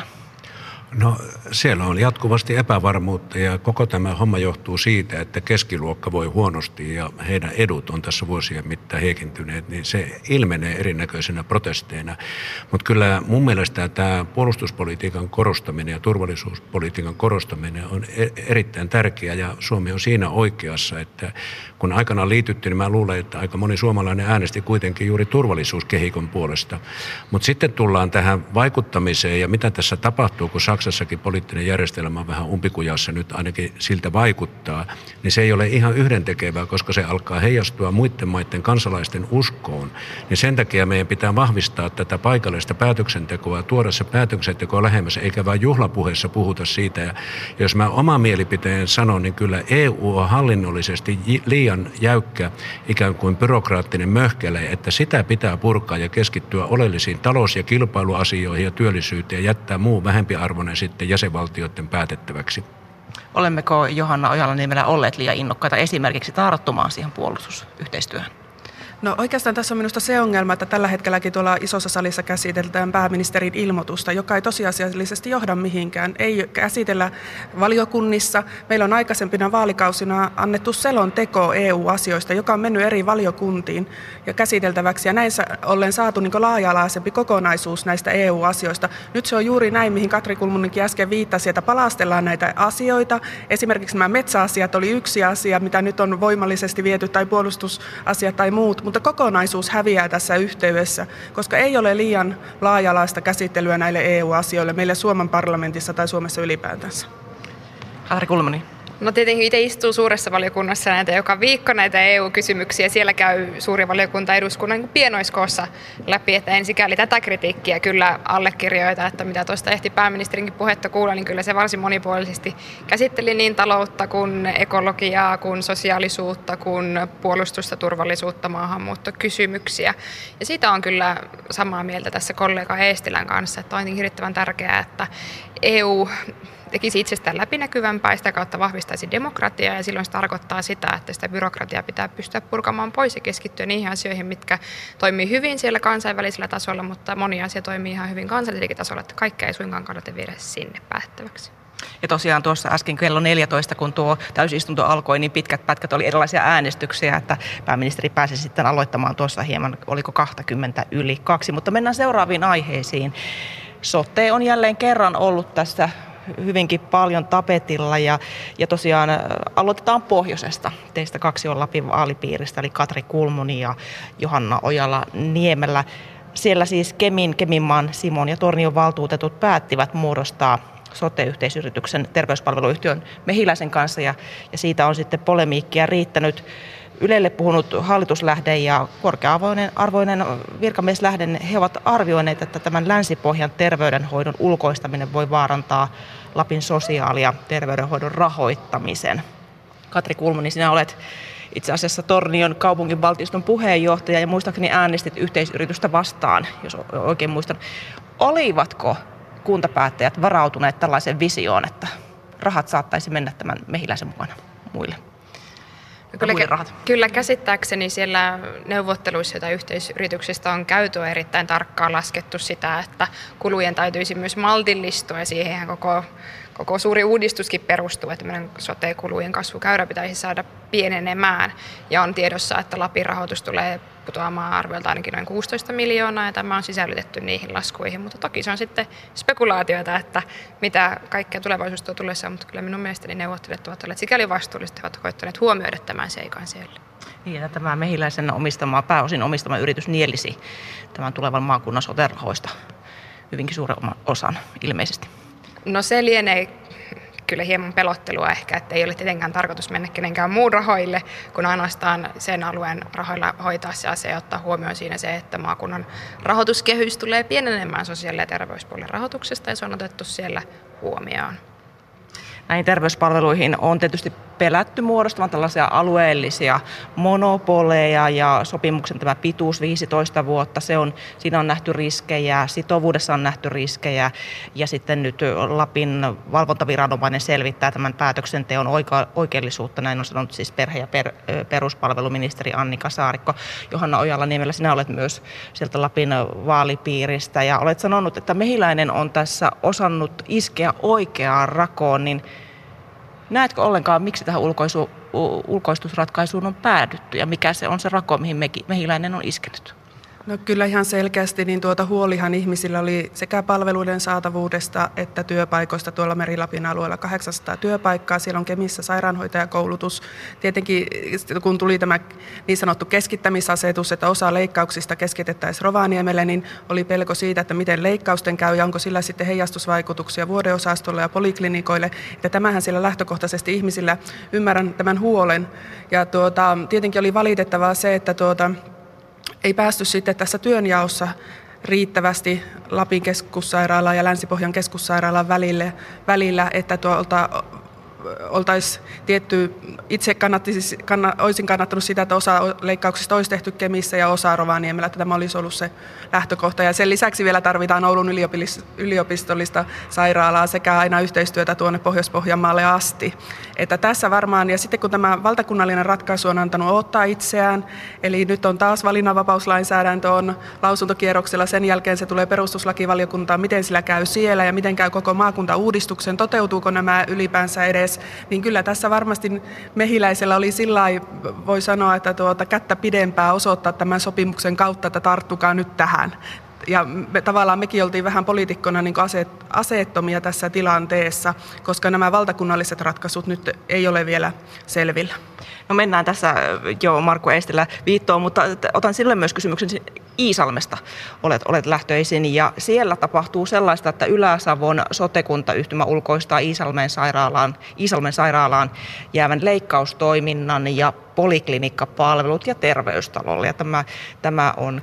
No siellä on jatkuvasti epävarmuutta ja koko tämä homma johtuu siitä, että keskiluokka voi huonosti ja heidän edut on tässä vuosien mittaan heikentyneet, niin se ilmenee erinäköisenä protesteina. Mutta kyllä mun mielestä tämä puolustuspolitiikan korostaminen ja turvallisuuspolitiikan korostaminen on erittäin tärkeää ja Suomi on siinä oikeassa, että kun aikanaan liityttiin, niin mä luulen, että aika moni suomalainen äänesti kuitenkin juuri turvallisuuskehikon puolesta. Mutta sitten tullaan tähän vaikuttamiseen ja mitä tässä tapahtuu, kun Saksassakin poliittinen järjestelmä on vähän umpikujassa nyt ainakin siltä vaikuttaa, niin se ei ole ihan yhdentekevää, koska se alkaa heijastua muiden maiden kansalaisten uskoon. Niin sen takia meidän pitää vahvistaa tätä paikallista päätöksentekoa, tuoda se päätöksenteko lähemmäs, eikä vain juhlapuheessa puhuta siitä. Ja jos mä oma mielipiteen sanon, niin kyllä EU on hallinnollisesti liian jäykkä, ikään kuin byrokraattinen möhkäle, että sitä pitää purkaa ja keskittyä oleellisiin talous- ja kilpailuasioihin ja työllisyyteen ja jättää muu vähempiarvoinen sitten jäsenvaltioiden päätettäväksi. Olemmeko Johanna Ojala-Niemelä olleet liian innokkaita esimerkiksi tarttumaan siihen puolustusyhteistyöhön? No oikeastaan tässä on minusta se ongelma, että tällä hetkelläkin tuolla isossa salissa käsitellään pääministerin ilmoitusta, joka ei tosiasiallisesti johda mihinkään. Ei käsitellä valiokunnissa. Meillä on aikaisempina vaalikausina annettu selonteko EU-asioista, joka on mennyt eri valiokuntiin ja käsiteltäväksi. Ja näin ollen saatu niin laaja-alaisempi kokonaisuus näistä EU-asioista. Nyt se on juuri näin, mihin Katri Kulmunikin äsken viittasi, että palastellaan näitä asioita. Esimerkiksi nämä metsäasiat oli yksi asia, mitä nyt on voimallisesti viety, tai puolustusasiat tai muut. Mutta kokonaisuus häviää tässä yhteydessä, koska ei ole liian laaja-alaista käsittelyä näille EU-asioille meille Suomen parlamentissa tai Suomessa ylipäätänsä. Katri Kulmuni. No tietenkin itse istuu suuressa valiokunnassa näitä joka viikko näitä EU-kysymyksiä. Siellä käy suuri valiokunta eduskunnan pienoiskoossa läpi, että en sikäli tätä kritiikkiä kyllä allekirjoita, että mitä tuosta ehti pääministerinkin puhetta kuulla, niin kyllä se varsin monipuolisesti käsitteli niin taloutta kuin ekologiaa, kuin sosiaalisuutta, kuin puolustusta, turvallisuutta, maahanmuuttokysymyksiä. Ja siitä on kyllä samaa mieltä tässä kollega Eestilän kanssa, että on hirvittävän tärkeää, että EU tekisi itsestään läpinäkyvämpää ja sitä kautta vahvistaisi demokratiaa ja silloin se tarkoittaa sitä, että sitä byrokratiaa pitää pystyä purkamaan pois ja keskittyä niihin asioihin, mitkä toimii hyvin siellä kansainvälisellä tasolla, mutta moni asia toimii ihan hyvin kansallisellakin tasolla, että kaikkea ei suinkaan kannata viedä sinne päättäväksi. Ja tosiaan tuossa äsken kello 14, kun tuo täysistunto alkoi, niin pitkät pätkät oli erilaisia äänestyksiä, että pääministeri pääsi sitten aloittamaan tuossa hieman, oliko 20:2, mutta mennään seuraaviin aiheisiin. Sote on jälleen kerran ollut tässä hyvinkin paljon tapetilla ja tosiaan aloitetaan pohjoisesta. Teistä 2 on Lapin vaalipiiristä, eli Katri Kulmuni ja Johanna Ojala-Niemelä. Siellä siis Keminmaan Simon ja Tornion valtuutetut päättivät muodostaa sote-yhteisyrityksen terveyspalveluyhtiön Mehiläisen kanssa ja siitä on sitten polemiikkia riittänyt. Ylelle puhunut hallituslähde ja korkea-arvoinen virkamieslähde, he ovat arvioineet, että tämän Länsi-Pohjan terveydenhoidon ulkoistaminen voi vaarantaa Lapin sosiaali- ja terveydenhoidon rahoittamisen. Katri Kulmuni, sinä olet itse asiassa Tornion kaupunginvaltuuston puheenjohtaja ja muistaakseni äänestit yhteisyritystä vastaan, jos oikein muistan. Olivatko kuntapäättäjät varautuneet tällaiseen visioon, että rahat saattaisi mennä tämän Mehiläisen mukana muille? Kyllä käsittääkseni siellä neuvotteluissa, joita yhteisyrityksistä on käyty, on erittäin tarkkaan laskettu sitä, että kulujen täytyisi myös maltillistua ja siihen koko suuri uudistuskin perustuu, että meidän sote-kulujen kasvukäyrä pitäisi saada pienenemään. Ja on tiedossa, että Lapin rahoitus tulee putoamaan arviolta ainakin noin 16 miljoonaa ja tämä on sisällytetty niihin laskuihin. Mutta toki se on sitten spekulaatioita, että mitä kaikkea tulevaisuus tuo tullessaan, mutta kyllä minun mielestäni neuvottelijat ovat olleet sikäli vastuullisesti, ovat koittaneet huomioida tämän seikan siellä. Niin, että tämä Mehiläisen pääosin omistama yritys nielisi tämän tulevan maakunnan sote-rahoista hyvinkin suuren osan ilmeisesti. No se lienee kyllä hieman pelottelua ehkä, että ei ole tietenkään tarkoitus mennä kenenkään muun rahoille, kun ainoastaan sen alueen rahoilla hoitaa se asia ja ottaa huomioon siinä se, että maakunnan rahoituskehys tulee pienenemään sosiaali- ja terveyspuolen rahoituksesta ja se on otettu siellä huomioon. Näihin terveyspalveluihin on tietysti pelätty muodostamaan tällaisia alueellisia monopoleja ja sopimuksen tämä pituus 15 vuotta, siinä on nähty riskejä, sitovuudessa on nähty riskejä ja sitten nyt Lapin valvontaviranomainen selvittää tämän päätöksenteon oikeellisuutta, näin on sanonut siis perhe- ja peruspalveluministeri Annika Saarikko. Johanna Ojala-Niemelä, sinä olet myös sieltä Lapin vaalipiiristä ja olet sanonut, että Mehiläinen on tässä osannut iskeä oikeaan rakoon, niin näetkö ollenkaan, miksi tähän ulkoistusratkaisuun on päädytty ja mikä se on se rako, mihin Mehiläinen on iskenyt? No kyllä ihan selkeästi, niin huolihan ihmisillä oli sekä palveluiden saatavuudesta että työpaikoista tuolla Meri-Lapin alueella 800 työpaikkaa. Siellä on Kemissä sairaanhoitajakoulutus. Tietenkin kun tuli tämä niin sanottu keskittämisasetus, että osa leikkauksista keskitettäisiin Rovaniemelle, niin oli pelko siitä, että miten leikkausten käy ja onko sillä sitten heijastusvaikutuksia vuodeosastolle ja poliklinikoille. Että tämähän siellä lähtökohtaisesti ihmisillä, ymmärrän tämän huolen. Ja tietenkin oli valitettavaa se, että ei päästy sitten tässä työnjaossa riittävästi Lapin keskussairaalan ja Länsi-Pohjan keskussairaalan välillä, että oltaisiin tietty, itse olisin kannattanut sitä, että osa leikkauksista olisi tehty Kemissä ja osa Rovaniemellä, että tämä olisi ollut se lähtökohta. Ja sen lisäksi vielä tarvitaan Oulun yliopistollista sairaalaa sekä aina yhteistyötä tuonne Pohjois-Pohjanmaalle asti. Että tässä varmaan, ja sitten kun tämä valtakunnallinen ratkaisu on antanut odottaa itseään, eli nyt on taas valinnanvapauslainsäädäntö on lausuntokierroksella, sen jälkeen se tulee perustuslakivaliokuntaan, miten sillä käy siellä ja miten käy koko maakuntauudistuksen, toteutuuko nämä ylipäänsä edes, niin kyllä tässä varmasti Mehiläisellä oli sillai, voi sanoa, että kättä pidempää osoittaa tämän sopimuksen kautta, että tarttukaa nyt tähän. Ja tavallaan mekin oltiin vähän poliitikkona niin aseettomia tässä tilanteessa, koska nämä valtakunnalliset ratkaisut nyt ei ole vielä selvillä. No mennään tässä jo Markku Eestilä viittoon, mutta otan sille myös kysymyksen Iisalmesta. Olet lähtöisin ja siellä tapahtuu sellaista, että Ylä-Savon sote-kuntayhtymä ulkoistaa Iisalmen sairaalaan jäävän leikkaustoiminnan ja poliklinikkapalvelut ja terveystalolle. Ja tämä on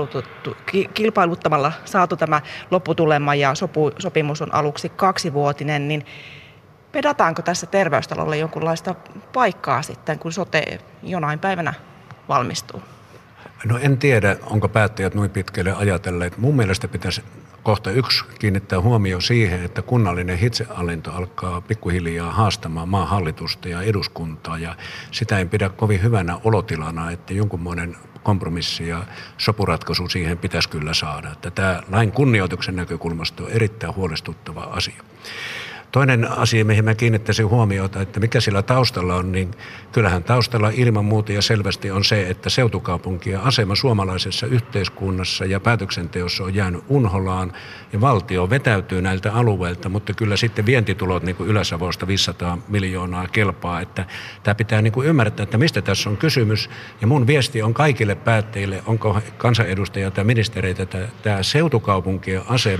kilpailuttamalla saatu tämä lopputulema ja sopimus on aluksi 2-vuotinen, niin pedataanko tässä terveystalolle jonkunlaista paikkaa sitten, kun sote jonain päivänä valmistuu? No en tiedä, onko päättäjät noin pitkälle ajatelleet. Mun mielestä pitäisi kohta 1 kiinnittää huomio siihen, että kunnallinen itsehallinto alkaa pikkuhiljaa haastamaan maan hallitusta ja eduskuntaa. Ja sitä en pidä kovin hyvänä olotilana, että jonkunmoinen kompromissi ja sopuratkaisu siihen pitäisi kyllä saada. Että tämä lain kunnioituksen näkökulmasta on erittäin huolestuttava asia. Toinen asia, mihin mä kiinnittäisin huomiota, että mikä sillä taustalla on, niin kyllähän taustalla ilman muuta ja selvästi on se, että seutukaupunkien asema suomalaisessa yhteiskunnassa ja päätöksenteossa on jäänyt unholaan ja valtio vetäytyy näiltä alueilta, mutta kyllä sitten vientitulot niin kuin Ylä-Savosta 500 miljoonaa kelpaa, että tämä pitää niin kuin ymmärtää, että mistä tässä on kysymys ja mun viesti on kaikille päättäjille, onko kansanedustajia tai ministereitä, että tämä seutukaupunkien asema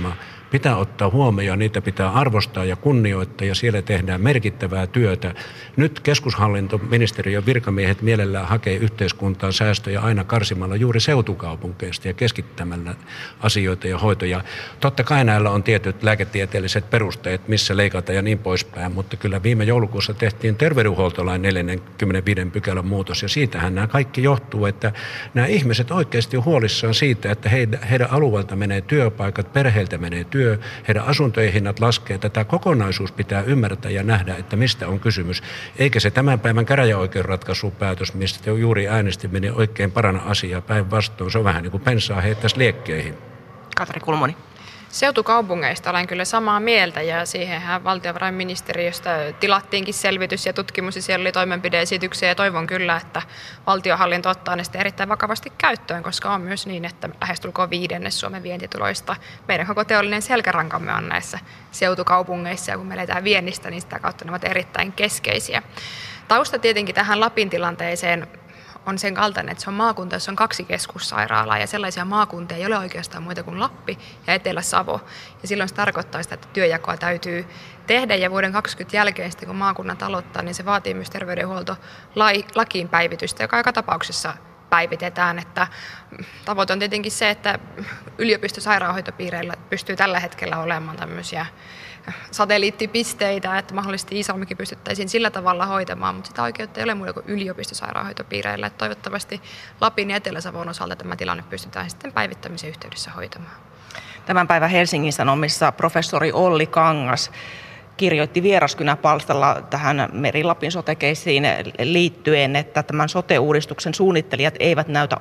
pitää ottaa huomioon, niitä pitää arvostaa ja kunnioittaa ja siellä tehdään merkittävää työtä. Nyt keskushallintoministeriön virkamiehet mielellään hakee yhteiskuntaan säästöjä aina karsimalla juuri seutukaupunkeista ja keskittämällä asioita ja hoitoja. Totta kai näillä on tietyt lääketieteelliset perusteet, missä leikata ja niin poispäin, mutta kyllä viime joulukuussa tehtiin terveydenhuoltolain 45 pykälän muutos ja siitähän nämä kaikki johtuu, että nämä ihmiset oikeasti on huolissaan siitä, että heidän alueelta menee työpaikat, perheiltä menee työ, heidän asuntojen hinnat laskee. Tätä kokonaisuus pitää ymmärtää ja nähdä, että mistä on kysymys. Eikä se tämän päivän käräjäoikeuden ratkaisupäätös, mistä juuri äänestimme, oikein paranna asiaa päinvastoin. Se on vähän niin kuin pensaa heittäisi liekkeihin. Katri Kulmuni. Seutukaupungeista olen kyllä samaa mieltä ja siihenhän valtiovarainministeriöstä tilattiinkin selvitys ja tutkimus ja siellä oli toimenpide-esityksiä ja toivon kyllä, että valtionhallinto ottaa ne sitten erittäin vakavasti käyttöön, koska on myös niin, että lähestulkoon 1/5 Suomen vientituloista meidän koko teollinen selkärankamme on näissä seutukaupungeissa ja kun me eletään viennistä, niin sitä kautta ne ovat erittäin keskeisiä. Tausta tietenkin tähän Lapin tilanteeseen on sen kaltainen, että se on maakunta, jossa on 2 keskussairaalaa ja sellaisia maakuntia ei ole oikeastaan muita kuin Lappi ja Etelä-Savo. Ja silloin se tarkoittaa sitä, että työjakoa täytyy tehdä ja vuoden 2020 jälkeen sitten kun maakunnat aloittaa, niin se vaatii myös terveydenhuoltolakiin päivitystä, joka joka tapauksessa päivitetään. Että tavoite on tietenkin se, että yliopistosairaanhoitopiireillä pystyy tällä hetkellä olemaan tämmöisiä satelliittipisteitä, että mahdollisesti Iisalmikin pystyttäisiin sillä tavalla hoitamaan, mutta sitä oikeutta ei ole muuta kuin yliopistosairaanhoitopiireillä. Että toivottavasti Lapin ja Etelä-Savon osalta tämä tilanne pystytään sitten päivittämisen yhteydessä hoitamaan. Tämän päivän Helsingin Sanomissa professori Olli Kangas kirjoitti Vieraskynä-palstalla tähän Meri-Lapin sote-keissiin liittyen, että tämän sote-uudistuksen suunnittelijat eivät näytä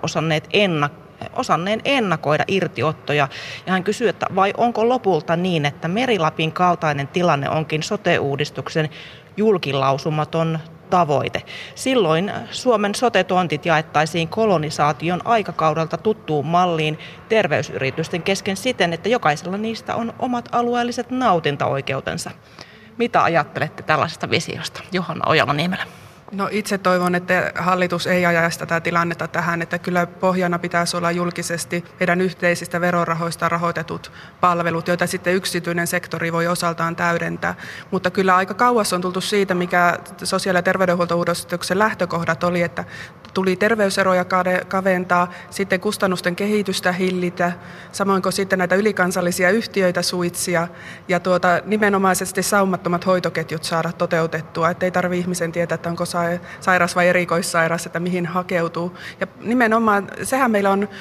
osanneen ennakoida irtiottoja. Ja hän kysyy, että vai onko lopulta niin, että Meri-Lapin kaltainen tilanne onkin sote-uudistuksen julkilausumaton tavoite. Silloin Suomen sote-tontit jaettaisiin kolonisaation aikakaudelta tuttuun malliin terveysyritysten kesken siten, että jokaisella niistä on omat alueelliset nautintaoikeutensa. Mitä ajattelette tällaisesta visiosta, Johanna Ojala-Niemelä? No itse toivon, että hallitus ei ajaisi tätä tilannetta tähän, että kyllä pohjana pitäisi olla julkisesti meidän yhteisistä verorahoista rahoitetut palvelut, joita sitten yksityinen sektori voi osaltaan täydentää. Mutta kyllä aika kauas on tultu siitä, mikä sosiaali- ja terveydenhuoltouudistuksen lähtökohdat oli, että tuli terveyseroja kaventaa, sitten kustannusten kehitystä hillitä, samoin kuin sitten näitä ylikansallisia yhtiöitä suitsia ja nimenomaisesti saumattomat hoitoketjut saada toteutettua, että ei tarvitse ihmisen tietää, että onko sairas vai erikoissairas, että mihin hakeutuu. Ja nimenomaan sehän meillä on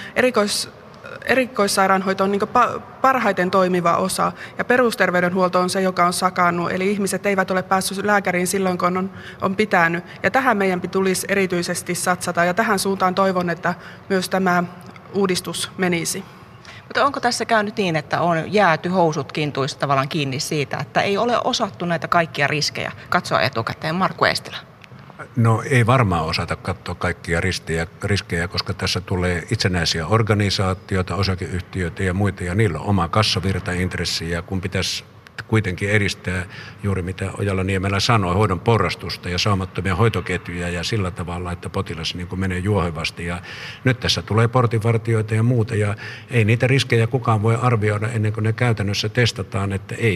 erikoissairaanhoito on niin parhaiten toimiva osa ja perusterveydenhuolto on se, joka on sakannut. Eli ihmiset eivät ole päässyt lääkäriin silloin, kun on pitänyt. Ja tähän meidän tulisi erityisesti satsata ja tähän suuntaan toivon, että myös tämä uudistus menisi. Mutta onko tässä käynyt niin, että on jääty housut kintuista tavallaan kiinni siitä, että ei ole osattu näitä kaikkia riskejä katsoa etukäteen? Markku Eestilä. No ei varmaan osata katsoa kaikkia riskejä, koska tässä tulee itsenäisiä organisaatioita, osakeyhtiöitä ja muita, ja niillä on oma kassavirtaintressi, ja kun pitäisi kuitenkin edistää juuri mitä Ojala-Niemelä sanoi, hoidon porrastusta ja saumattomia hoitoketjuja ja sillä tavalla, että potilas niin kuin menee juohevasti. Ja nyt tässä tulee portinvartijoita ja muuta ja ei niitä riskejä kukaan voi arvioida ennen kuin ne käytännössä testataan, että ei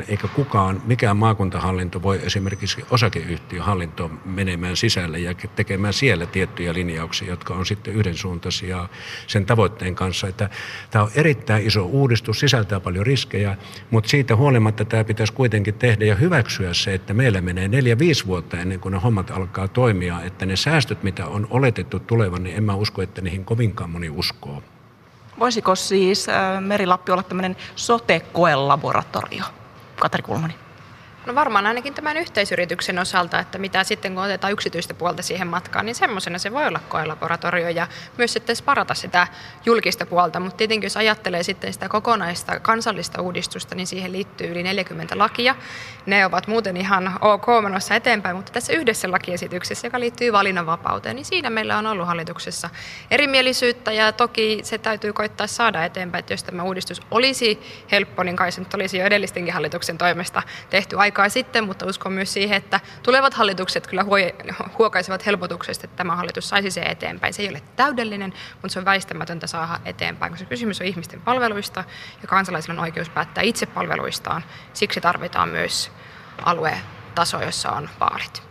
mikään maakuntahallinto voi esimerkiksi osakeyhtiöhallintoon menemään sisälle ja tekemään siellä tiettyjä linjauksia, jotka on sitten yhdensuuntaisia sen tavoitteen kanssa. Että tämä on erittäin iso uudistus, sisältää paljon riskejä, mutta siitä huolimatta tämä pitäisi kuitenkin tehdä ja hyväksyä se, että meillä menee 4-5 vuotta ennen kuin ne hommat alkaa toimia, että ne säästöt, mitä on oletettu tulevan, niin en mä usko, että niihin kovinkaan moni uskoo. Voisiko siis Meri-Lappi olla tämmöinen sote-koelaboratorio? Katri Kulmuni. No varmaan ainakin tämän yhteisyrityksen osalta, että mitä sitten kun otetaan yksityistä puolta siihen matkaan, niin semmoisena se voi olla koelaboratorio ja myös sitten sparata sitä julkista puolta, mutta tietenkin jos ajattelee sitten sitä kokonaista kansallista uudistusta, niin siihen liittyy yli 40 lakia. Ne ovat muuten ihan ok menossa eteenpäin, mutta tässä yhdessä lakiesityksessä, joka liittyy valinnanvapauteen, niin siinä meillä on ollut hallituksessa erimielisyyttä ja toki se täytyy koittaa saada eteenpäin, että jos tämä uudistus olisi helppo, niin kai se nyt olisi jo edellistenkin hallituksen toimesta tehty aikaa sitten, mutta uskon myös siihen, että tulevat hallitukset kyllä huokaisevat helpotuksesta, että tämä hallitus saisi se eteenpäin. Se ei ole täydellinen, mutta se on väistämätöntä saada eteenpäin, koska kysymys on ihmisten palveluista ja kansalaisilla on oikeus päättää itse palveluistaan. Siksi tarvitaan myös aluetaso, jossa on vaalit.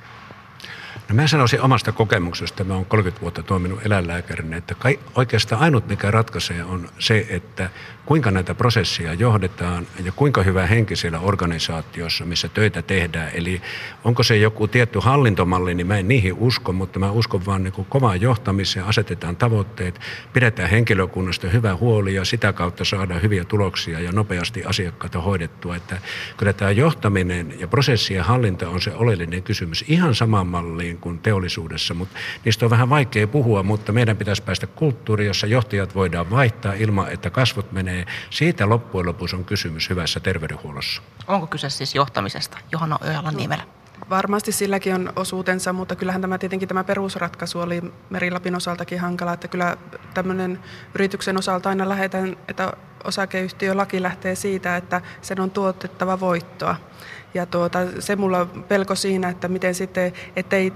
No mä sanoisin omasta kokemuksesta, mä oon 30 vuotta toiminut eläinlääkärinä, että oikeastaan ainut mikä ratkaisee on se, että kuinka näitä prosesseja johdetaan ja kuinka hyvä henki siellä organisaatiossa, missä töitä tehdään. Eli onko se joku tietty hallintomalli, niin mä en niihin usko, mutta mä uskon vaan niin kuin kovaan johtamiseen, asetetaan tavoitteet, pidetään henkilökunnasta hyvä huoli ja sitä kautta saadaan hyviä tuloksia ja nopeasti asiakkaita hoidettua. Että kyllä tämä johtaminen ja prosessien hallinta on se oleellinen kysymys ihan samaan malliin kuin teollisuudessa, mutta niistä on vähän vaikea puhua, mutta meidän pitäisi päästä kulttuuriin, jossa johtajat voidaan vaihtaa ilman, että kasvot menee. Siitä loppujen lopuksi on kysymys hyvässä terveydenhuollossa. Onko kyse siis johtamisesta, Johanna Ojala-Niemelä? Varmasti silläkin on osuutensa, mutta kyllähän tämä perusratkaisu oli Meri-Lapin osaltakin hankala, että kyllä tämmöinen yrityksen osalta aina lähdetään, että osakeyhtiölaki lähtee siitä, että sen on tuotettava voittoa. Ja se mulla on pelko siinä, että miten sitten, ettei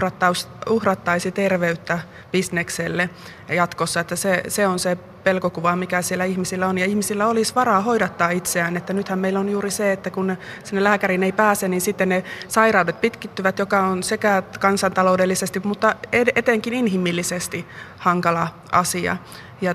uhrattaisi terveyttä bisnekselle jatkossa, että se on se pelkokuva, mikä siellä ihmisillä on, ja ihmisillä olisi varaa hoidattaa itseään, että nythän meillä on juuri se, että kun sinne lääkäriin ei pääse, niin sitten ne sairaudet pitkittyvät, joka on sekä kansantaloudellisesti, mutta etenkin inhimillisesti hankala asia. Ja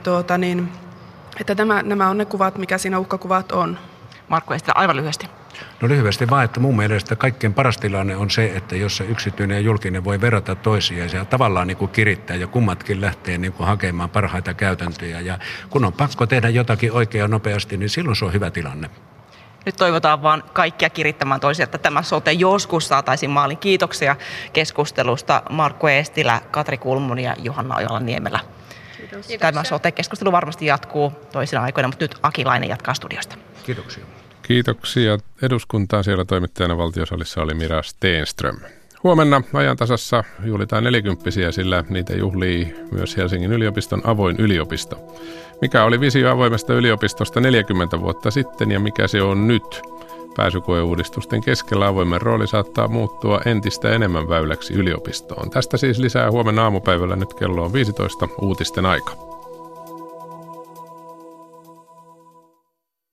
että nämä on ne kuvat, mikä siinä uhkakuvat on. Markku Eestilä, aivan lyhyesti. No lyhyesti vaan, että mun mielestä kaikkein paras tilanne on se, että jos se yksityinen ja julkinen voi verrata toisiaan ja tavallaan niin kuin kirittää ja kummatkin lähtee niin kuin hakemaan parhaita käytäntöjä. Ja kun on pakko tehdä jotakin oikein nopeasti, niin silloin se on hyvä tilanne. Nyt toivotaan vaan kaikkia kirittämään toisia, että tämä sote joskus saataisiin maaliin. Kiitoksia keskustelusta Markku Eestilä, Katri Kulmuni ja Johanna Ojala-Niemelä. Tämä sote-keskustelu varmasti jatkuu toisina aikoina, mutta nyt Akilainen jatkaa studiosta. Kiitoksia. Kiitoksia eduskuntaan. Siellä toimittajana valtiosalissa oli Mira Stenström. Huomenna ajantasassa juhlitaan 40-vuotiaita, sillä niitä juhlii myös Helsingin yliopiston avoin yliopisto. Mikä oli visio avoimesta yliopistosta 40 vuotta sitten ja mikä se on nyt? Pääsykoeuudistusten keskellä avoimen rooli saattaa muuttua entistä enemmän väyläksi yliopistoon. Tästä siis lisää huomenna aamupäivällä, nyt kello on 15 uutisten aika.